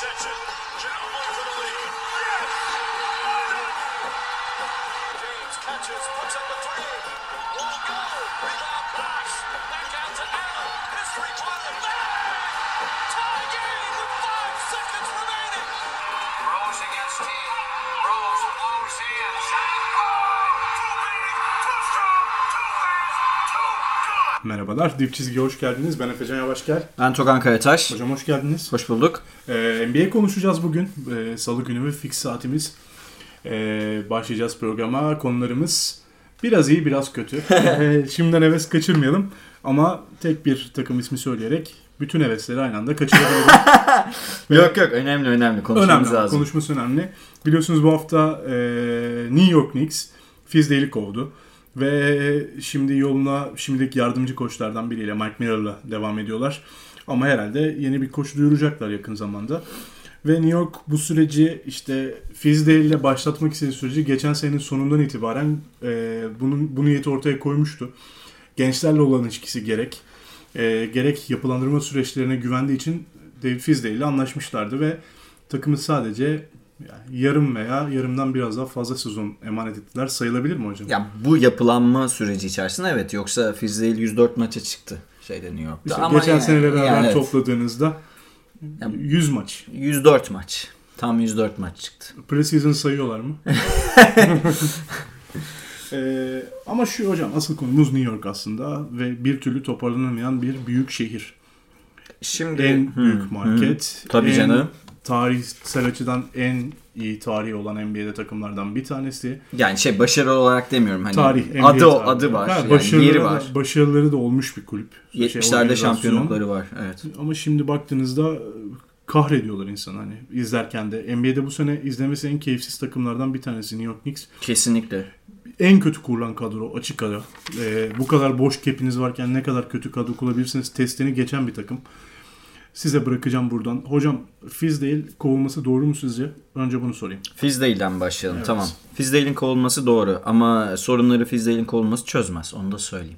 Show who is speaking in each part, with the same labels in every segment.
Speaker 1: Merhabalar, Dip Çizgi'ye hoş geldiniz. Ben Efecan Yavaşgel.
Speaker 2: Ben Togan Karataş.
Speaker 1: Hocam hoş geldiniz.
Speaker 2: Hoş bulduk.
Speaker 1: NBA konuşacağız bugün. Salı günü ve fix saatimiz. Başlayacağız programa. Konularımız biraz iyi, biraz kötü. Şimdiden heves kaçırmayalım. Ama tek bir takım ismi söyleyerek bütün hevesleri aynı anda kaçırabilirim.
Speaker 2: Yok önemli. Konuşmamız lazım.
Speaker 1: Konuşması önemli. Biliyorsunuz bu hafta New York Knicks Fizdale'i kovdu. Ve şimdi yoluna şimdilik yardımcı koçlardan biriyle Mike Miller'la devam ediyorlar. Ama herhalde yeni bir koç duyuracaklar yakın zamanda. Ve New York bu süreci işte Fizdale ile başlatmak istediği süreci geçen senenin sonundan itibaren bu niyeti ortaya koymuştu. Gençlerle olan ilişkisi gerek yapılandırma süreçlerine güvendiği için David Fizdale ile anlaşmışlardı ve takımı sadece yarım veya yarımdan biraz daha fazla sezon emanet ettiler. Sayılabilir mi hocam?
Speaker 2: Ya bu yapılanma süreci içerisinde evet. Yoksa Fizdale 104 maça çıktı New York'ta.
Speaker 1: İşte
Speaker 2: ama
Speaker 1: geçen seneyle beraber
Speaker 2: evet.
Speaker 1: Topladığınızda 100 maç.
Speaker 2: 104 maç. Tam 104 maç çıktı.
Speaker 1: Preseason sayıyorlar mı? Ama şu hocam asıl konumuz New York aslında ve bir türlü toparlanamayan bir büyük şehir.
Speaker 2: Şimdi
Speaker 1: en büyük market.
Speaker 2: Tabii canım.
Speaker 1: Tarihsel açıdan en iyi tarihi olan NBA'de takımlardan bir tanesi.
Speaker 2: Yani başarı olarak demiyorum. Hani
Speaker 1: tarih,
Speaker 2: adı var. Yani yeri var.
Speaker 1: Başarıları da olmuş bir kulüp.
Speaker 2: 70'lerde şampiyonlukları var. Evet.
Speaker 1: Ama şimdi baktığınızda kahrediyorlar insanı hani izlerken de. NBA'de bu sene izlemesi en keyifsiz takımlardan bir tanesi New York Knicks.
Speaker 2: Kesinlikle.
Speaker 1: En kötü kurulan kadro açık ara. Bu kadar boş cap'iniz varken ne kadar kötü kadro kurabilirsiniz testini geçen bir takım. Size bırakacağım buradan. Hocam Fizdale kovulması doğru mu sizce? Önce bunu sorayım.
Speaker 2: Fizdale'den başlayalım.
Speaker 1: Evet.
Speaker 2: Tamam. Fizdale'in kovulması doğru ama sorunları Fizdale'in kovulması çözmez. Onu da söyleyeyim.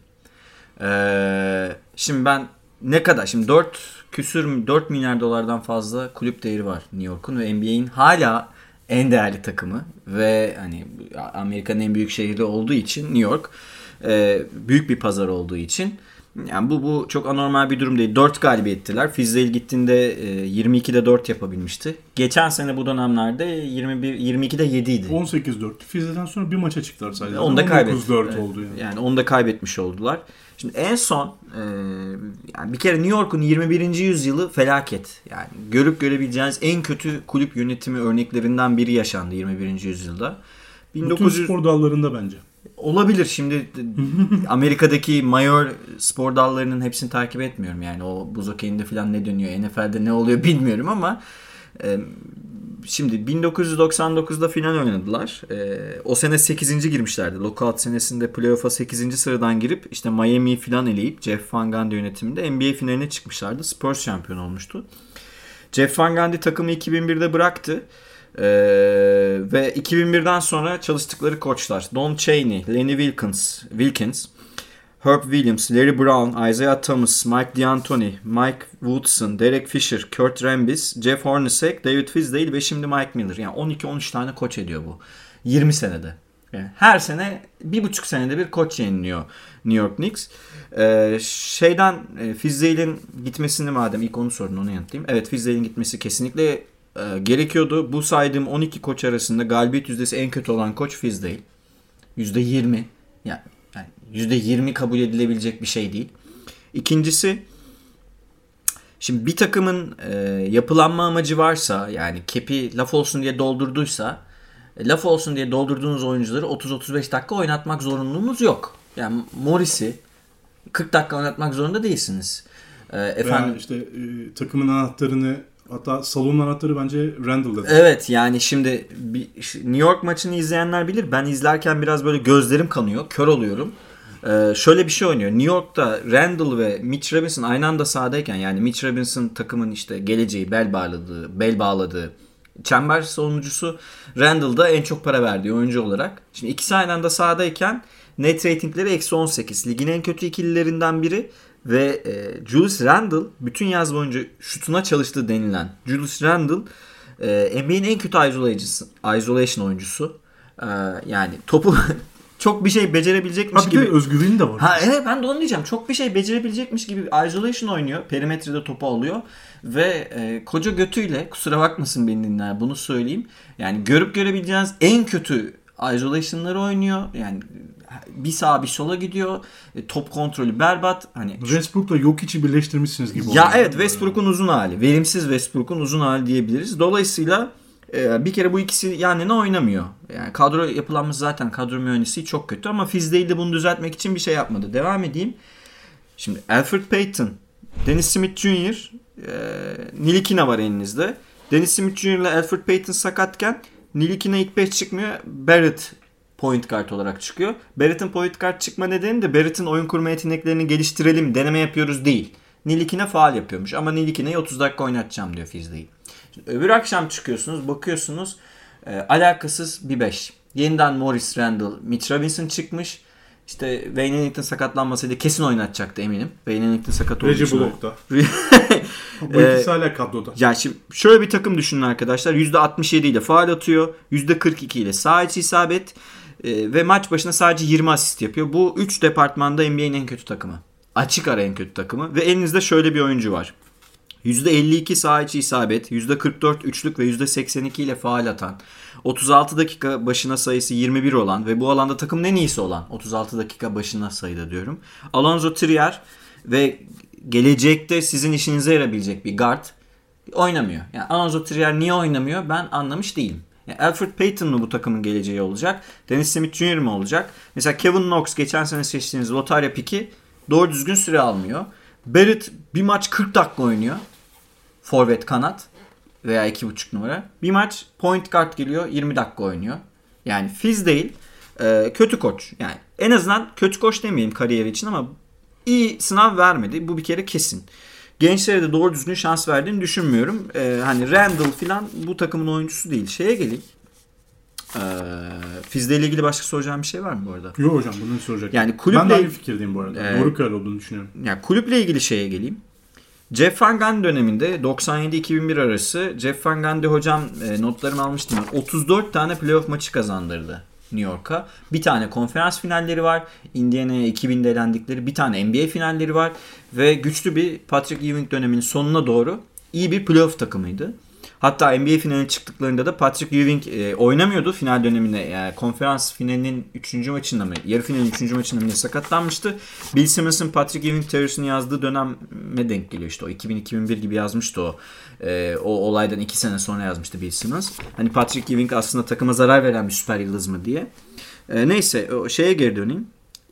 Speaker 2: Şimdi ben ne kadar? Şimdi 4 milyar dolardan fazla kulüp değeri var New York'un ve NBA'in hala en değerli takımı ve hani Amerika'nın en büyük şehri olduğu için New York büyük bir pazar olduğu için yani bu çok anormal bir durum değil. 4 galibiyettiler. Fizdale gittiğinde 22'de 4 yapabilmişti. Geçen sene bu dönemlerde 22'de 7 idi.
Speaker 1: 18-4. Fizdale'den sonra bir maça çıktılar sadece.
Speaker 2: Onu da kaybetti.
Speaker 1: 19-4 oldu yani.
Speaker 2: Yani onu da kaybetmiş oldular. Şimdi en son yani bir kere New York'un 21. yüzyılı felaket. Yani görüp görebileceğiniz en kötü kulüp yönetimi örneklerinden biri yaşandı 21. yüzyılda.
Speaker 1: Bütün spor dallarında bence.
Speaker 2: Olabilir. Şimdi Amerika'daki major spor dallarının hepsini takip etmiyorum. Yani o buz okeyinde falan ne dönüyor, NFL'de ne oluyor bilmiyorum ama şimdi 1999'da final oynadılar. O sene 8. girmişlerdi. Lockout senesinde playoff'a 8. sıradan girip işte Miami'yi falan eleyip Jeff Van Gundy yönetiminde NBA finaline çıkmışlardı. Spurs şampiyon olmuştu. Jeff Van Gundy takımı 2001'de bıraktı. Ve 2001'den sonra çalıştıkları koçlar Don Chaney, Lenny Wilkins, Herb Williams, Larry Brown, Isaiah Thomas, Mike D'Antoni, Mike Woodson, Derek Fisher, Kurt Rambis, Jeff Hornacek, David Fizdale ve şimdi Mike Miller. Yani 12-13 tane koç ediyor bu. 20 senede. Yani her sene 1,5 senede bir koç yeniliyor New York Knicks. Fizdale'in gitmesini madem ilk onu sordun onu yanıtlayayım. Evet, Fizdale'in gitmesi kesinlikle gerekiyordu. Bu saydığım 12 koç arasında galibiyet yüzdesi en kötü olan koç Fizdale. %20. Yani %20 kabul edilebilecek bir şey değil. İkincisi, şimdi bir takımın yapılanma amacı varsa, yani cap'i laf olsun diye doldurduysa, laf olsun diye doldurduğunuz oyuncuları 30-35 dakika oynatmak zorunluluğunuz yok. Yani Morris'i 40 dakika oynatmak zorunda değilsiniz.
Speaker 1: Veya işte takımın anahtarını, hatta salonun anahtarı bence Randall'da.
Speaker 2: Evet, yani şimdi New York maçını izleyenler bilir. Ben izlerken biraz böyle gözlerim kanıyor. Kör oluyorum. Şöyle bir şey oynuyor. New York'ta Randall ve Mitch Robinson aynı anda sahadayken, yani Mitch Robinson takımın işte geleceği, bel bağladığı çember savunucusu, Randall'da en çok para verdiği oyuncu olarak. Şimdi ikisi aynı anda sahadayken net ratingleri -18. Ligin en kötü ikililerinden biri. Ve Julius Randle bütün yaz boyunca şutuna çalıştığı denilen Julius Randle NBA'nin en kötü isolation oyuncusu. Yani topu çok bir şey becerebilecekmiş gibi.
Speaker 1: Bir de özgüveni de var.
Speaker 2: Evet, ben de onu diyeceğim. Çok bir şey becerebilecekmiş gibi isolation oynuyor. Perimetrede topu alıyor. Ve koca götüyle, kusura bakmasın beni dinleyen, bunu söyleyeyim. Yani görüp görebileceğiniz en kötü isolation'ları oynuyor. Yani bir sağa bir sola gidiyor. Top kontrolü berbat. Hani
Speaker 1: Westbrook'la Jokic'i birleştirmişsiniz gibi.
Speaker 2: Ya evet, Westbrook'un uzun hali. Verimsiz Westbrook'un uzun hali diyebiliriz. Dolayısıyla bir kere bu ikisi yan yana oynamıyor. Yani kadro yapılanması, zaten kadro mühendisliği çok kötü ama Fizdale de bunu düzeltmek için bir şey yapmadı. Devam edeyim. Şimdi Elfrid Payton, Dennis Smith Jr., Nilikina var elinizde. Dennis Smith Jr. ile Elfrid Payton sakatken Nilikina ilk 5 çıkmıyor. Barrett point guard olarak çıkıyor. Barrett'ın point guard çıkma nedeni de Barrett'ın oyun kurma yeteneklerini geliştirelim, deneme yapıyoruz değil. Nilikina faal yapıyormuş ama Nilikina'yı 30 dakika oynatacağım diyor Fizdale. Öbür akşam çıkıyorsunuz, bakıyorsunuz alakasız bir 5. Yeniden Morris Randle, Mitch Robinson çıkmış. İşte Wayne Ellington sakatlanmasaydı kesin oynatacaktı eminim. Wayne Ellington sakat olduğu için.
Speaker 1: Reggie Bullock'ta. Bu ikisi hala kadroda.
Speaker 2: Ya şimdi şöyle bir takım düşünün arkadaşlar. %67 ile faal atıyor. %42 ile sağ içi isabet. Ve maç başına sadece 20 asist yapıyor. Bu 3 departmanda NBA'nin en kötü takımı. Açık ara en kötü takımı. Ve elinizde şöyle bir oyuncu var. %52 sağ içi isabet, %44 üçlük ve %82 ile faal atan, 36 dakika başına sayısı 21 olan ve bu alanda takımın en iyisi olan, 36 dakika başına sayıda diyorum, Alonzo Trier ve gelecekte sizin işinize yarayabilecek bir guard oynamıyor. Yani Alonzo Trier niye oynamıyor ben anlamış değilim. Yani Elfrid Payton mu bu takımın geleceği olacak? Dennis Smith Jr. mi olacak? Mesela Kevin Knox, geçen sene seçtiğiniz lotarya piki, doğru düzgün süre almıyor. Barrett bir maç 40 dakika oynuyor. Forvet kanat veya 2.5 numara. Bir maç point guard geliyor, 20 dakika oynuyor. Yani Fizdale kötü koç. Yani en azından kötü koç demeyeyim kariyeri için ama iyi sınav vermedi. Bu bir kere kesin. Gençlere de doğru düzgün şans verdiğini düşünmüyorum. Hani Randall falan bu takımın oyuncusu değil. Şeye geleyim. Fizdale ile ilgili başka soracağım bir şey var mı bu arada?
Speaker 1: Yok hocam, bunu soracak.
Speaker 2: Yani kulüple,
Speaker 1: ben de aynı fikirdeyim bu arada. Doğru karar olduğunu düşünüyorum.
Speaker 2: Yani kulüple ilgili şeye geleyim. Jeff Van Gundy döneminde 97-2001 arası Jeff Van Gundy hocam, notlarımı almıştım. 34 tane playoff maçı kazandırdı New York'a. Bir tane konferans finalleri var. Indiana'ya 2000'de elendikleri bir tane NBA finalleri var. Ve güçlü bir Patrick Ewing döneminin sonuna doğru iyi bir playoff takımıydı. Hatta NBA finaline çıktıklarında da Patrick Ewing oynamıyordu final döneminde. Yani konferans finalinin 3. maçında mı, yarı finalin 3. maçında mı sakatlanmıştı. Bill Simmons'ın Patrick Ewing teorisini yazdığı döneme denk geliyor işte. O 2000-2001 gibi yazmıştı o. O olaydan 2 sene sonra yazmıştı Bill Simmons. Hani Patrick Ewing aslında takıma zarar veren bir süper yıldız mı diye. Neyse o şeye geri döneyim.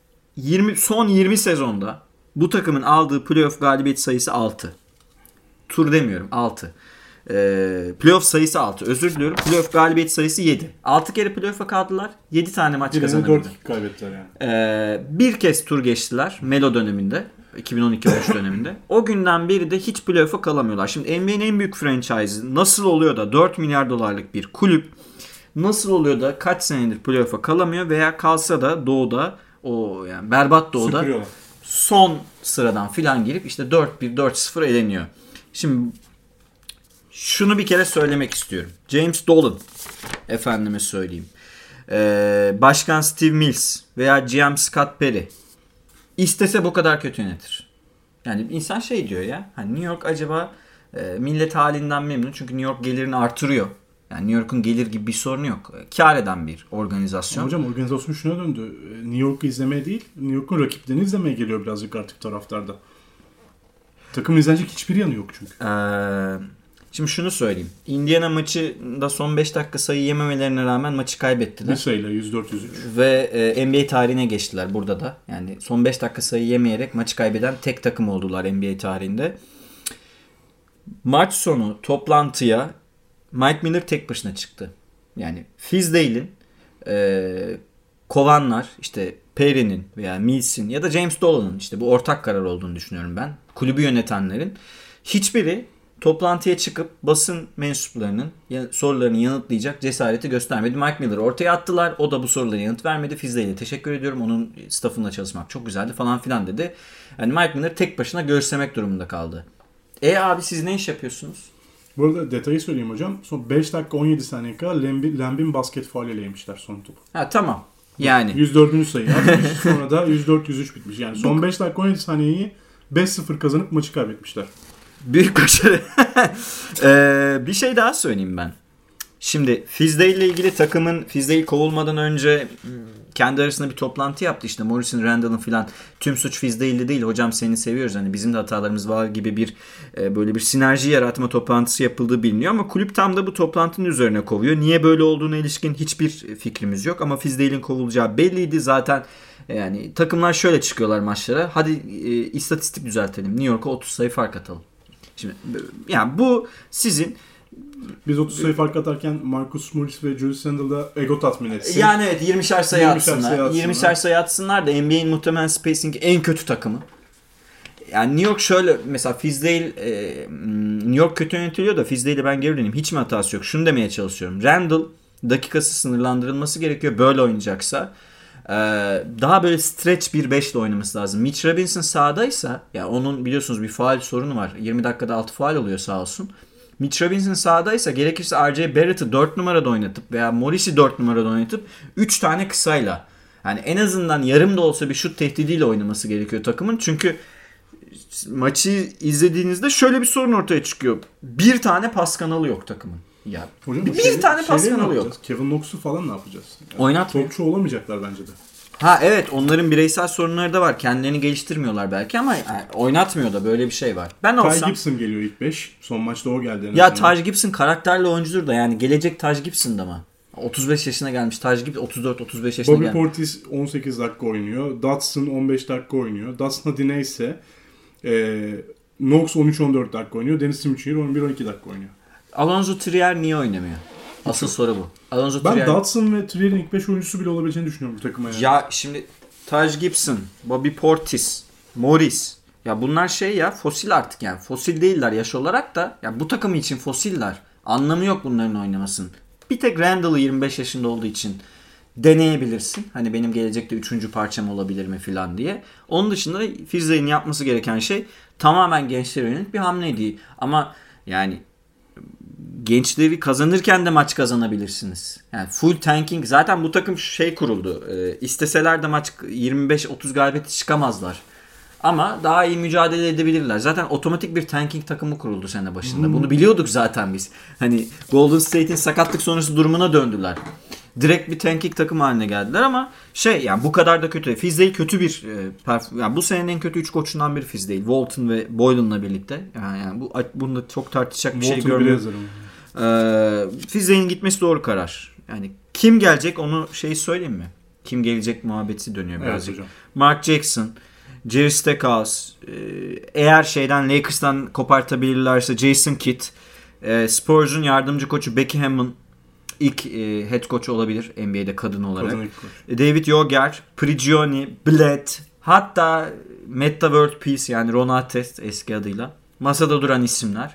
Speaker 2: Son 20 sezonda bu takımın aldığı playoff galibiyet sayısı 6. Tur demiyorum, 6. Playoff sayısı 6. Özür diliyorum. Playoff galibiyet sayısı 7. 6 kere playoff'a kaldılar. 7 tane maç kazanabildiler.
Speaker 1: 4 kaybettiler yani.
Speaker 2: Bir kez tur geçtiler Melo döneminde. 2012-13 döneminde. O günden beri de hiç playoff'a kalamıyorlar. Şimdi NBA'nin en büyük franchise'ı nasıl oluyor da 4 milyar dolarlık bir kulüp nasıl oluyor da kaç senedir playoff'a kalamıyor veya kalsa da doğuda, o yani berbat doğuda son sıradan filan girip işte 4-1 4-0 eleniyor. Şimdi şunu bir kere söylemek istiyorum. James Dolan, efendime söyleyeyim, Başkan Steve Mills veya GM Scott Perry istese bu kadar kötü yönetir. Yani insan şey diyor ya, hani New York acaba millet halinden memnun çünkü New York gelirini artırıyor. Yani New York'un gelir gibi bir sorunu yok. Kâr eden bir organizasyon.
Speaker 1: Hocam organizasyon şuna döndü. New York'u izlemeye değil, New York'un rakiplerini izlemeye geliyor birazcık artık taraftarda. Takım izlenecek hiçbir yanı yok çünkü.
Speaker 2: Şimdi şunu söyleyeyim. Indiana maçında son 5 dakika sayı yememelerine rağmen maçı kaybettiler.
Speaker 1: Bir sayıyla 104-103.
Speaker 2: Ve NBA tarihine geçtiler burada da. Yani son 5 dakika sayı yemeyerek maçı kaybeden tek takım oldular NBA tarihinde. Maç sonu toplantıya Mike Miller tek başına çıktı. Yani Fizdale'in, kovanlar, işte Perry'nin veya Mills'in ya da James Dolan'ın işte bu ortak karar olduğunu düşünüyorum ben. Kulübü yönetenlerin hiçbiri toplantıya çıkıp basın mensuplarının sorularını yanıtlayacak cesareti göstermedi. Mike Miller'ı ortaya attılar. O da bu sorulara yanıt vermedi. Fizdale'ye teşekkür ediyorum. Onun staffında çalışmak çok güzeldi falan filan dedi. Yani Mike Miller tek başına göğüslemek durumunda kaldı. Abi siz ne iş yapıyorsunuz?
Speaker 1: Bu arada detayı söyleyeyim hocam. Son 5 dakika 17 saniye kadar Lamb'in basket faaliyle yemişler son topu.
Speaker 2: Tamam. Yani
Speaker 1: 104. sayı atmış. Sonra da 104-103 bitmiş. Yani son 5 dakika 17 saniyeyi 5-0 kazanıp maçı kaybetmişler.
Speaker 2: Büyük başarı. Bir şey daha söyleyeyim ben. Şimdi Fizdale ile ilgili takımın Fizdale kovulmadan önce kendi arasında bir toplantı yaptı. İşte Morrison, Randall'ın filan tüm suç Fizdale'de değil. Hocam seni seviyoruz. Hani bizim de hatalarımız var gibi bir böyle bir sinerji yaratma toplantısı yapıldığı biliniyor. Ama kulüp tam da bu toplantının üzerine kovuyor. Niye böyle olduğuna ilişkin hiçbir fikrimiz yok. Ama Fizdale'in kovulacağı belliydi. Zaten yani takımlar şöyle çıkıyorlar maçlara. Hadi istatistik düzeltelim. New York'a 30 sayı fark atalım. Şimdi yani bu sizin
Speaker 1: biz 30 sayı fark atarken Marcus Morris ve Julius Randle'da ego tatmin etsin.
Speaker 2: Yani evet 20'şer sayı atsınlar. 20'şer sayı atsınlar da NBA'in muhtemelen spacing en kötü takımı. Yani New York şöyle mesela Fizdale New York kötü yönetiliyor da Fizdale'e ben geri döneyim. Hiç mi hatası yok? Şunu demeye çalışıyorum. Randle dakikası sınırlandırılması gerekiyor. Böyle oynayacaksa. Daha böyle stretch bir 5 ile oynaması lazım. Mitch Robinson sahadaysa ya onun biliyorsunuz bir faul sorunu var. 20 dakikada 6 faul oluyor sağ olsun. Mitch Robinson sahadaysa gerekirse R.J. Barrett'ı 4 numarada oynatıp veya Morris'i 4 numarada oynatıp 3 tane kısayla yani en azından yarım da olsa bir şut tehdidiyle oynaması gerekiyor takımın. Çünkü maçı izlediğinizde şöyle bir sorun ortaya çıkıyor. Bir tane pas kanalı yok takımın. Ya
Speaker 1: hocam,
Speaker 2: bir tane pas kanalı yok.
Speaker 1: Kevin Knox'u falan ne yapacağız? Yani
Speaker 2: oynatmıyor.
Speaker 1: Topçu olamayacaklar bence de.
Speaker 2: Evet onların bireysel sorunları da var. Kendilerini geliştirmiyorlar belki ama yani oynatmıyor da böyle bir şey var. Ben olsam...
Speaker 1: Taj Gibson geliyor ilk 5. Son maçta o geldi.
Speaker 2: Ya Taj Gibson karakterli oyuncudur da yani gelecek Taj Gibson'da mı? 35 yaşına gelmiş. Taj Gibson 34-35 yaşına
Speaker 1: Bobby
Speaker 2: gelmiş.
Speaker 1: Portis 18 dakika oynuyor. Dotson 15 dakika oynuyor. Dustin Hadine ise Knox 13-14 dakika oynuyor. Dennis Smith 11-12 dakika oynuyor.
Speaker 2: Alonzo Trier niye oynamıyor? Asıl soru bu. Alonzo
Speaker 1: ben
Speaker 2: Trier...
Speaker 1: Dotson ve Trier'in ilk 5 oyuncusu bile olabileceğini düşünüyorum bu takıma. Yani.
Speaker 2: Ya şimdi Taj Gibson, Bobby Portis, Morris. Ya bunlar şey ya fosil artık yani. Fosil değiller yaş olarak da. Ya bu takım için fosiller. Anlamı yok bunların oynamasının. Bir tek Randall'ı 25 yaşında olduğu için deneyebilirsin. Hani benim gelecekte 3. parçam olabilir mi falan diye. Onun dışında Fizdale'in yapması gereken şey tamamen gençlere yönelik bir hamleydi. Ama yani gençleri kazanırken de maç kazanabilirsiniz. Yani full tanking. Zaten bu takım şey kuruldu. İsteseler de maç 25-30 galibiyete çıkamazlar. Ama daha iyi mücadele edebilirler. Zaten otomatik bir tanking takımı kuruldu sene başında. Bunu biliyorduk zaten biz. Hani Golden State'in sakatlık sonrası durumuna döndüler. Direkt bir tanking takım haline geldiler ama yani bu kadar da kötü. Fizdale kötü bir yani bu senenin en kötü 3 koçundan biri Fizdale. Walton ve Boylan'la birlikte. Yani bunda çok tartışacak bir şey görmüyorum. Fizdale'in gitmesi doğru karar. Yani kim gelecek onu söyleyeyim mi? Kim gelecek muhabbeti dönüyor birazcık. Evet, Mark Jackson, Jerry Stackhouse, eğer Lakers'tan kopartabilirlerse Jason Kidd, Spurs'un yardımcı koçu Becky Hammon ilk head coach olabilir NBA'de kadın olarak. David Yoger, Prigioni, Blatt, hatta Metta World Peace yani Ron Artest eski adıyla. Masada duran isimler.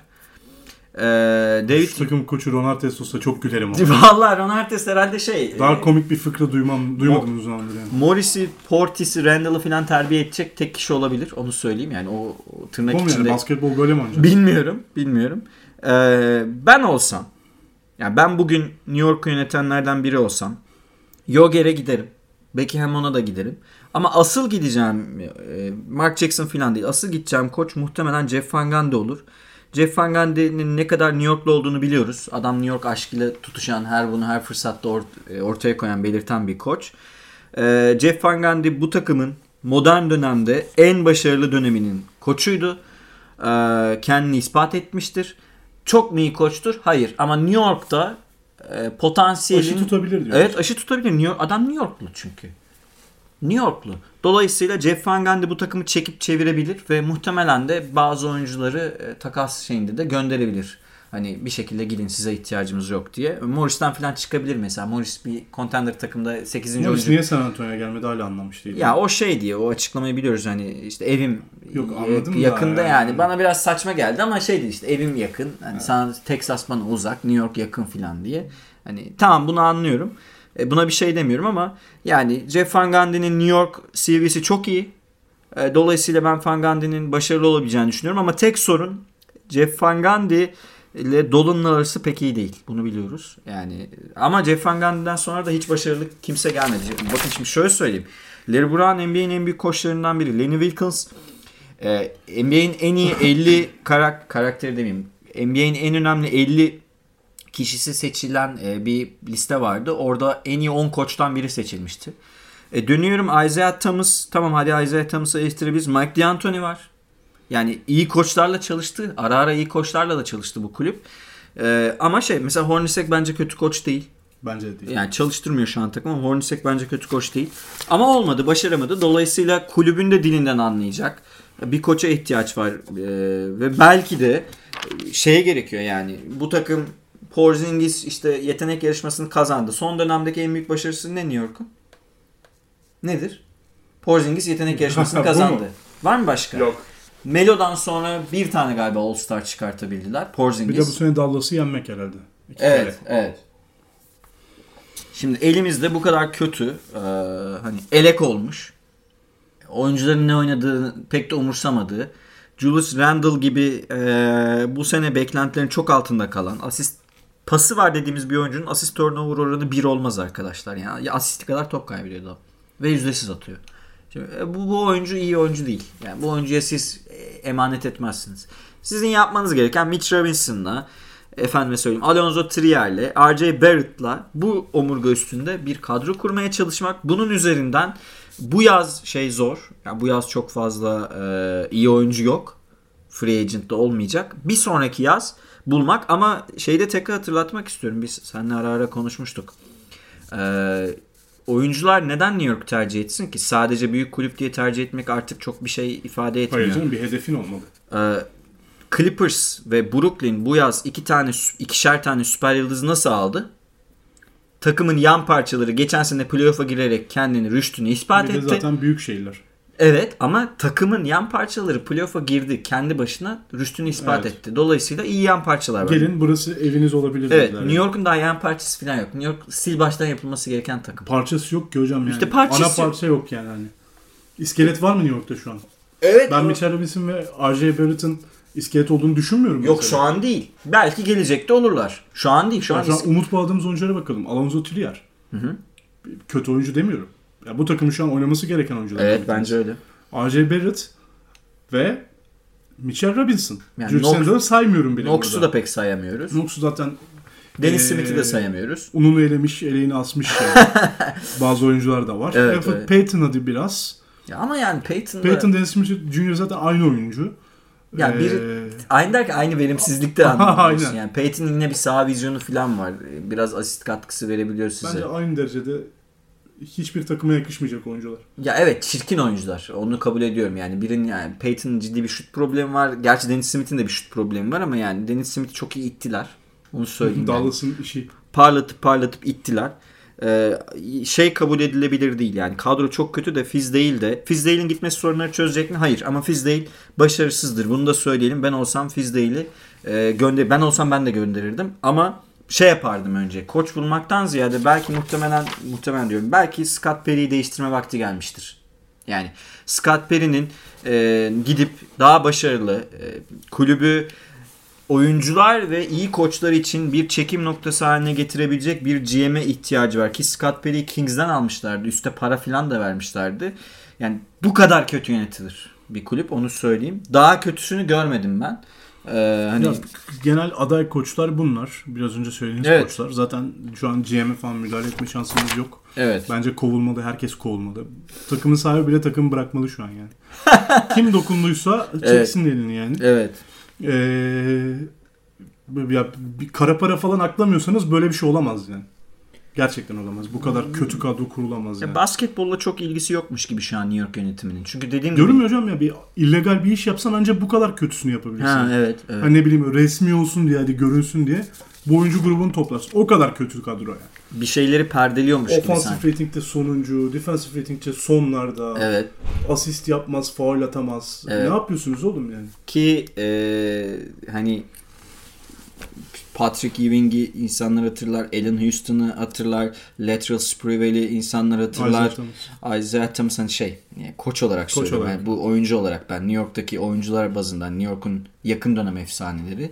Speaker 1: David... Şu takım koçu Ron Artest olsa çok gülerim.
Speaker 2: Vallahi Ron Artest herhalde
Speaker 1: daha komik bir fıkra duymadım uzun zamandır yani.
Speaker 2: Morris'i, Portis'i, Randall'ı falan terbiye edecek tek kişi olabilir. Onu söyleyeyim yani o tırnak
Speaker 1: içinde. Yani basketbol böyle mi oynayacak?
Speaker 2: Bilmiyorum. Ben olsam yani ben bugün New York'u yönetenlerden biri olsam Yoger'e giderim. Becky Hammon'a da giderim. Ama asıl gideceğim Mark Jackson falan değil. Asıl gideceğim koç muhtemelen Jeff Van Gundy olur. Jeff Van Gundy'nin ne kadar New York'lu olduğunu biliyoruz. Adam New York aşkıyla tutuşan, her fırsatta ortaya koyan, belirten bir koç. Jeff Van Gundy bu takımın modern dönemde en başarılı döneminin koçuydu. Kendini ispat etmiştir. Çok mu iyi koçtur? Hayır. Ama New York'ta potansiyelin...
Speaker 1: Aşı tutabilir diyor.
Speaker 2: Evet, aşı tutabilir. Adam New Yorklu çünkü. New Yorklu. Dolayısıyla Jeff Van Gundy bu takımı çekip çevirebilir ve muhtemelen de bazı oyuncuları takas şeyinde de gönderebilir. Hani bir şekilde gidin, size ihtiyacımız yok diye. Morris'ten falan çıkabilir mesela. Morris bir contender takımda 8.
Speaker 1: Morris
Speaker 2: oyuncu.
Speaker 1: niye San Antonio'ya gelmedi hala anlamış değilim.
Speaker 2: Ya o şey diye, o açıklamayı biliyoruz hani işte evim
Speaker 1: Yok, anladım
Speaker 2: yakında
Speaker 1: da
Speaker 2: yani. Bana biraz saçma geldi ama şeydi işte, evim yakın. Hani sana Texas bana uzak, New York yakın falan diye. Hani tamam, bunu anlıyorum. Buna bir şey demiyorum ama yani Jeff Van Gundy'nin New York CV'si çok iyi. Dolayısıyla ben Van Gundy'nin başarılı olabileceğini düşünüyorum ama tek sorun Jeff Van Gundy ile Dolan'ın arası pek iyi değil. Bunu biliyoruz. Yani ama Jeff Van Gundy'den sonra da hiç başarılı kimse gelmedi. Bakın şimdi şöyle söyleyeyim. Larry Brown NBA'nin en büyük koçlarından biri. Lenny Wilkens NBA'nin en iyi 50 karakteri demeyeyim. NBA'nin en önemli 50 kişisi seçilen bir liste vardı. Orada en iyi 10 koçtan biri seçilmişti. Dönüyorum Isaiah Thomas. Tamam, hadi Isaiah Thomas'ı eleştirebiliriz. Mike D'Antoni var. Yani iyi koçlarla çalıştı. Ara ara iyi koçlarla da çalıştı bu kulüp. Ama mesela Hornacek bence kötü koç değil.
Speaker 1: Bence de değil.
Speaker 2: Yani çalıştırmıyor şu an takım ama Hornacek bence kötü koç değil. Ama olmadı, başaramadı. Dolayısıyla kulübün de dilinden anlayacak bir koça ihtiyaç var. Ve belki de şeye gerekiyor yani. Bu takım Porzingis işte yetenek yarışmasını kazandı. Son dönemdeki en büyük başarısı ne New York'un? Nedir? Porzingis yetenek yarışmasını kazandı. Var mı başka?
Speaker 1: Yok.
Speaker 2: Melo'dan sonra bir tane galiba All-Star çıkartabildiler. Porzingis.
Speaker 1: Bir de bu sene Dallas'ı yenmek herhalde.
Speaker 2: Evet, evet. Şimdi elimizde bu kadar kötü, hani elek olmuş, oyuncuların ne oynadığını pek de umursamadığı, Julius Randle gibi bu sene beklentilerin çok altında kalan, asist pası var dediğimiz bir oyuncunun asist turnover oranı 1 olmaz arkadaşlar. Yani ya asisti kadar top kaybediyor da ve yüzdesiz atıyor. Şimdi, bu oyuncu iyi oyuncu değil. Yani bu oyuncuya siz emanet etmezsiniz. Sizin yapmanız gereken Mitch Robinson'la, efendime söyleyeyim, Alonzo Trier'le, R.J. Barrett'la bu omurga üstünde bir kadro kurmaya çalışmak. Bunun üzerinden bu yaz zor. Yani bu yaz çok fazla iyi oyuncu yok. Free agent'da olmayacak. Bir sonraki yaz bulmak ama de tekrar hatırlatmak istiyorum. Biz seninle ara ara konuşmuştuk. Oyuncular neden New York tercih etsin ki? Sadece büyük kulüp diye tercih etmek artık çok bir şey ifade etmiyor.
Speaker 1: Hayır canım, bir hedefin olmalı.
Speaker 2: Clippers ve Brooklyn bu yaz ikişer tane süper yıldız nasıl aldı? Takımın yan parçaları geçen sene playoff'a girerek kendini, rüştünü ispat etti.
Speaker 1: Bir de zaten büyük şeyler.
Speaker 2: Evet ama takımın yan parçaları playoff'a girdi. Kendi başına rüştünü ispat etti. Dolayısıyla iyi yan parçalar var.
Speaker 1: Gelin burası eviniz olabilir.
Speaker 2: Evet, New York'un daha yan parçası falan yok. New York sil baştan yapılması gereken takım.
Speaker 1: Parçası yok ki hocam yani.
Speaker 2: İşte parçası
Speaker 1: ana parça yok yani. Hani. İskelet var mı New York'ta şu an?
Speaker 2: Evet.
Speaker 1: Ben Mitchell Robinson ve R.J. Barrett'ın iskelet olduğunu düşünmüyorum.
Speaker 2: Yok
Speaker 1: mesela.
Speaker 2: şu an değil. Belki gelecekte olurlar. Şu an değil. Şu an
Speaker 1: umut bağladığımız oyunculara bakalım. Alonzo Trier.
Speaker 2: Hı.
Speaker 1: Kötü oyuncu demiyorum. Ya bu takımın şu an oynaması gereken oyuncular.
Speaker 2: Evet bence öyle.
Speaker 1: R.J. Barrett ve Mitchell Robinson.
Speaker 2: Yani
Speaker 1: Julius Randle'ı saymıyorum bile
Speaker 2: Knox'u
Speaker 1: burada.
Speaker 2: da pek sayamıyoruz.
Speaker 1: Knox'u zaten
Speaker 2: Dennis Smith'i de sayamıyoruz.
Speaker 1: Ununu elemiş, eleğini asmış bazı oyuncular da var.
Speaker 2: Evet, evet.
Speaker 1: Peyton hadi biraz.
Speaker 2: Ya ama yani Peyton
Speaker 1: Dennis Smith Jr. zaten aynı oyuncu.
Speaker 2: Yani aynı derken aynı verimsizlikte anlıyorsun. Yani Peyton'in yine bir sağ vizyonu falan var. Biraz asist katkısı verebiliyor size.
Speaker 1: Bence aynı derecede hiçbir takıma yakışmayacak oyuncular.
Speaker 2: Ya evet, çirkin oyuncular. Onu kabul ediyorum. Yani Peyton'ın ciddi bir şut problemi var. Gerçi Dennis Smith'in de bir şut problemi var ama yani Dennis Smith'i çok iyi ittiler. Onu söyleyeyim.
Speaker 1: Dallas'ın işi.
Speaker 2: Parlatıp ittiler. Kabul edilebilir değil yani. Kadro çok kötü de Fizdale'in gitmesi sorunları çözecek mi? Hayır. Ama Fizdale başarısızdır. Bunu da söyleyelim. Ben olsam Fizdale'i ben olsam ben de gönderirdim. Ama yapardım önce. Koç bulmaktan ziyade belki muhtemelen diyorum. Belki Scott Perry'i değiştirme vakti gelmiştir. Yani Scott Perry'nin gidip daha başarılı kulübü oyuncular ve iyi koçlar için bir çekim noktası haline getirebilecek bir GM'e ihtiyacı var. Ki Scott Perry'i Kings'den almışlardı. Üste para filan da vermişlerdi. Yani bu kadar kötü yönetilir bir kulüp, onu söyleyeyim. Daha kötüsünü görmedim ben.
Speaker 1: Genel aday koçlar bunlar. Biraz önce söylediğiniz koçlar. Zaten şu an GM'e falan müdahale etme şansımız yok.
Speaker 2: Evet.
Speaker 1: Bence kovulmalı. Herkes kovulmalı. Takımın sahibi bile takımı bırakmalı şu an yani. Kim dokunduysa çeksin elini yani.
Speaker 2: Evet.
Speaker 1: Ya bir kara para falan aklamıyorsanız böyle bir şey olamaz yani. Gerçekten olamaz. Bu kadar kötü kadro kurulamaz yani.
Speaker 2: Basketbolla çok ilgisi yokmuş gibi şu an New York yönetiminin. Çünkü dediğim
Speaker 1: Diyorum
Speaker 2: gibi...
Speaker 1: ya hocam ya, bir illegal bir iş yapsan ancak bu kadar kötüsünü yapabilirsin.
Speaker 2: Ha, evet.
Speaker 1: Hani ne bileyim resmi olsun diye, hadi görünsün diye bu oyuncu grubunu toplarsın. O kadar kötü kadro yani.
Speaker 2: Bir şeyleri perdeliyormuş gibi sanki.
Speaker 1: Offensive rating'de sonuncu, defensive rating'de sonlarda.
Speaker 2: Evet.
Speaker 1: Asist yapmaz, faul atamaz.
Speaker 2: Evet.
Speaker 1: Ne yapıyorsunuz oğlum yani?
Speaker 2: Ki hani Patrick Ewing'i insanlar hatırlar, Allen Houston'ı hatırlar, Latrell Sprewell'i insanlar hatırlar. Isaiah Thomas hani koç olarak söylüyorum. Yani bu oyuncu olarak ben New York'taki oyuncular bazından New York'un yakın dönem efsaneleri.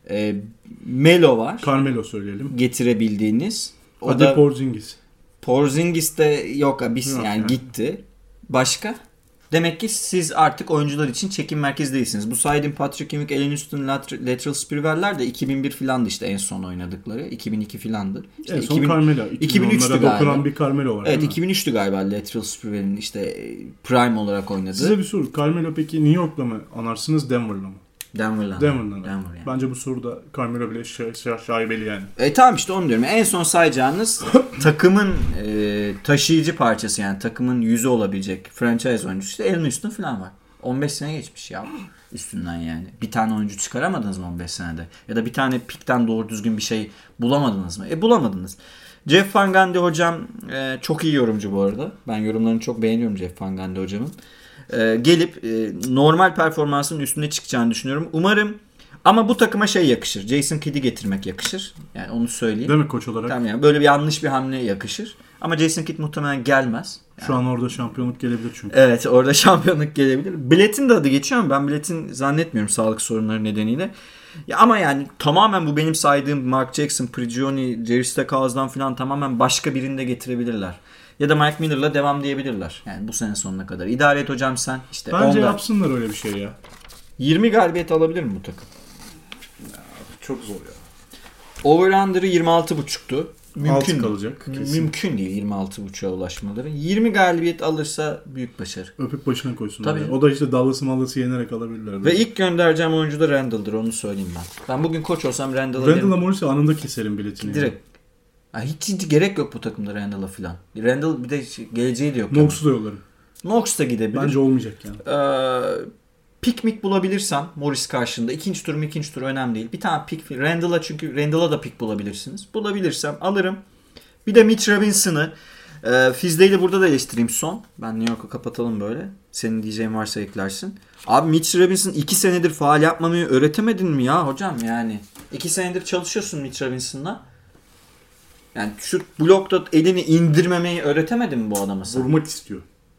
Speaker 2: Melo var.
Speaker 1: Carmelo söyleyelim.
Speaker 2: Getirebildiğiniz. O
Speaker 1: Hadi
Speaker 2: da
Speaker 1: Porzingis.
Speaker 2: Porzingis de yok yani gitti. Başka? Demek ki siz artık oyuncular için çekim merkezi değilsiniz. Bu saydığım Patrick Ewing, Allen Houston, Latrell Sprewell'ler de 2001 filandı işte en son oynadıkları. 2002 filandı. İşte
Speaker 1: en son Carmelo.
Speaker 2: 2003'tü galiba.
Speaker 1: Bir Carmelo var.
Speaker 2: Evet, 2003'tü galiba Latrell Sprewell'in işte prime olarak oynadığı.
Speaker 1: Size bir soru. Carmelo peki New York'la mı anarsınız, Denver'la mı?
Speaker 2: Denver'la
Speaker 1: yani.
Speaker 2: Yani.
Speaker 1: Bence bu soruda Carmelo bile şaibeli yani.
Speaker 2: Tamam işte onu diyorum. En son sayacağınız takımın taşıyıcı parçası yani takımın yüzü olabilecek franchise oyuncusu işte Allen Houston falan var. 15 sene geçmiş ya üstünden yani. Bir tane oyuncu çıkaramadınız mı 15 senede? Ya da bir tane pikten doğru düzgün bir şey bulamadınız mı? Bulamadınız. Jeff Van Gundy hocam çok iyi yorumcu bu arada. Ben yorumlarını çok beğeniyorum Jeff Van Gundy hocamın. Gelip normal performansının üstüne çıkacağını düşünüyorum. Umarım ama bu takıma yakışır. Jason Kidd'i getirmek yakışır. Yani onu söyleyeyim.
Speaker 1: Değil mi koç olarak?
Speaker 2: Tamam yani böyle bir yanlış bir hamle yakışır. Ama Jason Kidd muhtemelen gelmez. Yani.
Speaker 1: Şu an orada şampiyonluk gelebilir çünkü.
Speaker 2: Evet orada şampiyonluk gelebilir. Blatt'in de adı geçiyor ama ben Blatt'in zannetmiyorum sağlık sorunları nedeniyle. Ya ama yani tamamen bu benim saydığım Mark Jackson, Prigioni, Jerry Stackhouse'dan falan tamamen başka birini de getirebilirler. Ya da Mike Miller'la devam diyebilirler. Yani bu sene sonuna kadar. İdare et hocam sen. İşte
Speaker 1: bence yapsınlar öyle bir şey ya.
Speaker 2: 20 galibiyet alabilir mi bu takım?
Speaker 1: Ya, çok zor ya.
Speaker 2: Over-under'ı 26.5'tu.
Speaker 1: Mümkün kalacak.
Speaker 2: Mümkün değil 26.5'a ulaşmaları. 20 galibiyet alırsa büyük başarı.
Speaker 1: Öpüp başına koysun.
Speaker 2: Tabii.
Speaker 1: O da işte Dallas'ı yenerek alabilirler.
Speaker 2: Ve ilk göndereceğim oyuncu da Randall'dır onu söyleyeyim ben. Ben bugün koç olsam
Speaker 1: Randall'a Morris'e anında keserim biletini.
Speaker 2: Direkt. Hiç gerek yok bu takımda Randall'a falan. Randall bir de geleceği de yok.
Speaker 1: Knox'u da yollarım.
Speaker 2: Knox da gidebilir.
Speaker 1: Bence olmayacak yani.
Speaker 2: Pick bulabilirsem Morris karşında ikinci tur önemli değil. Bir tane pick Randall'a çünkü Randall'a da pick bulabilirsiniz. Bulabilirsem alırım. Bir de Mitch Robinson'ı Fizdale'i burada da eleştireyim son. Ben New York'u kapatalım böyle. Senin diyeceğin varsa eklersin. Abi Mitch Robinson 2 senedir faal yapmamayı öğretemedin mi ya hocam yani? 2 senedir çalışıyorsun Mitch Robinson'la. Yani şu blokta elini indirmemeyi öğretemedin mi bu adama sen?
Speaker 1: Vurmak istiyor.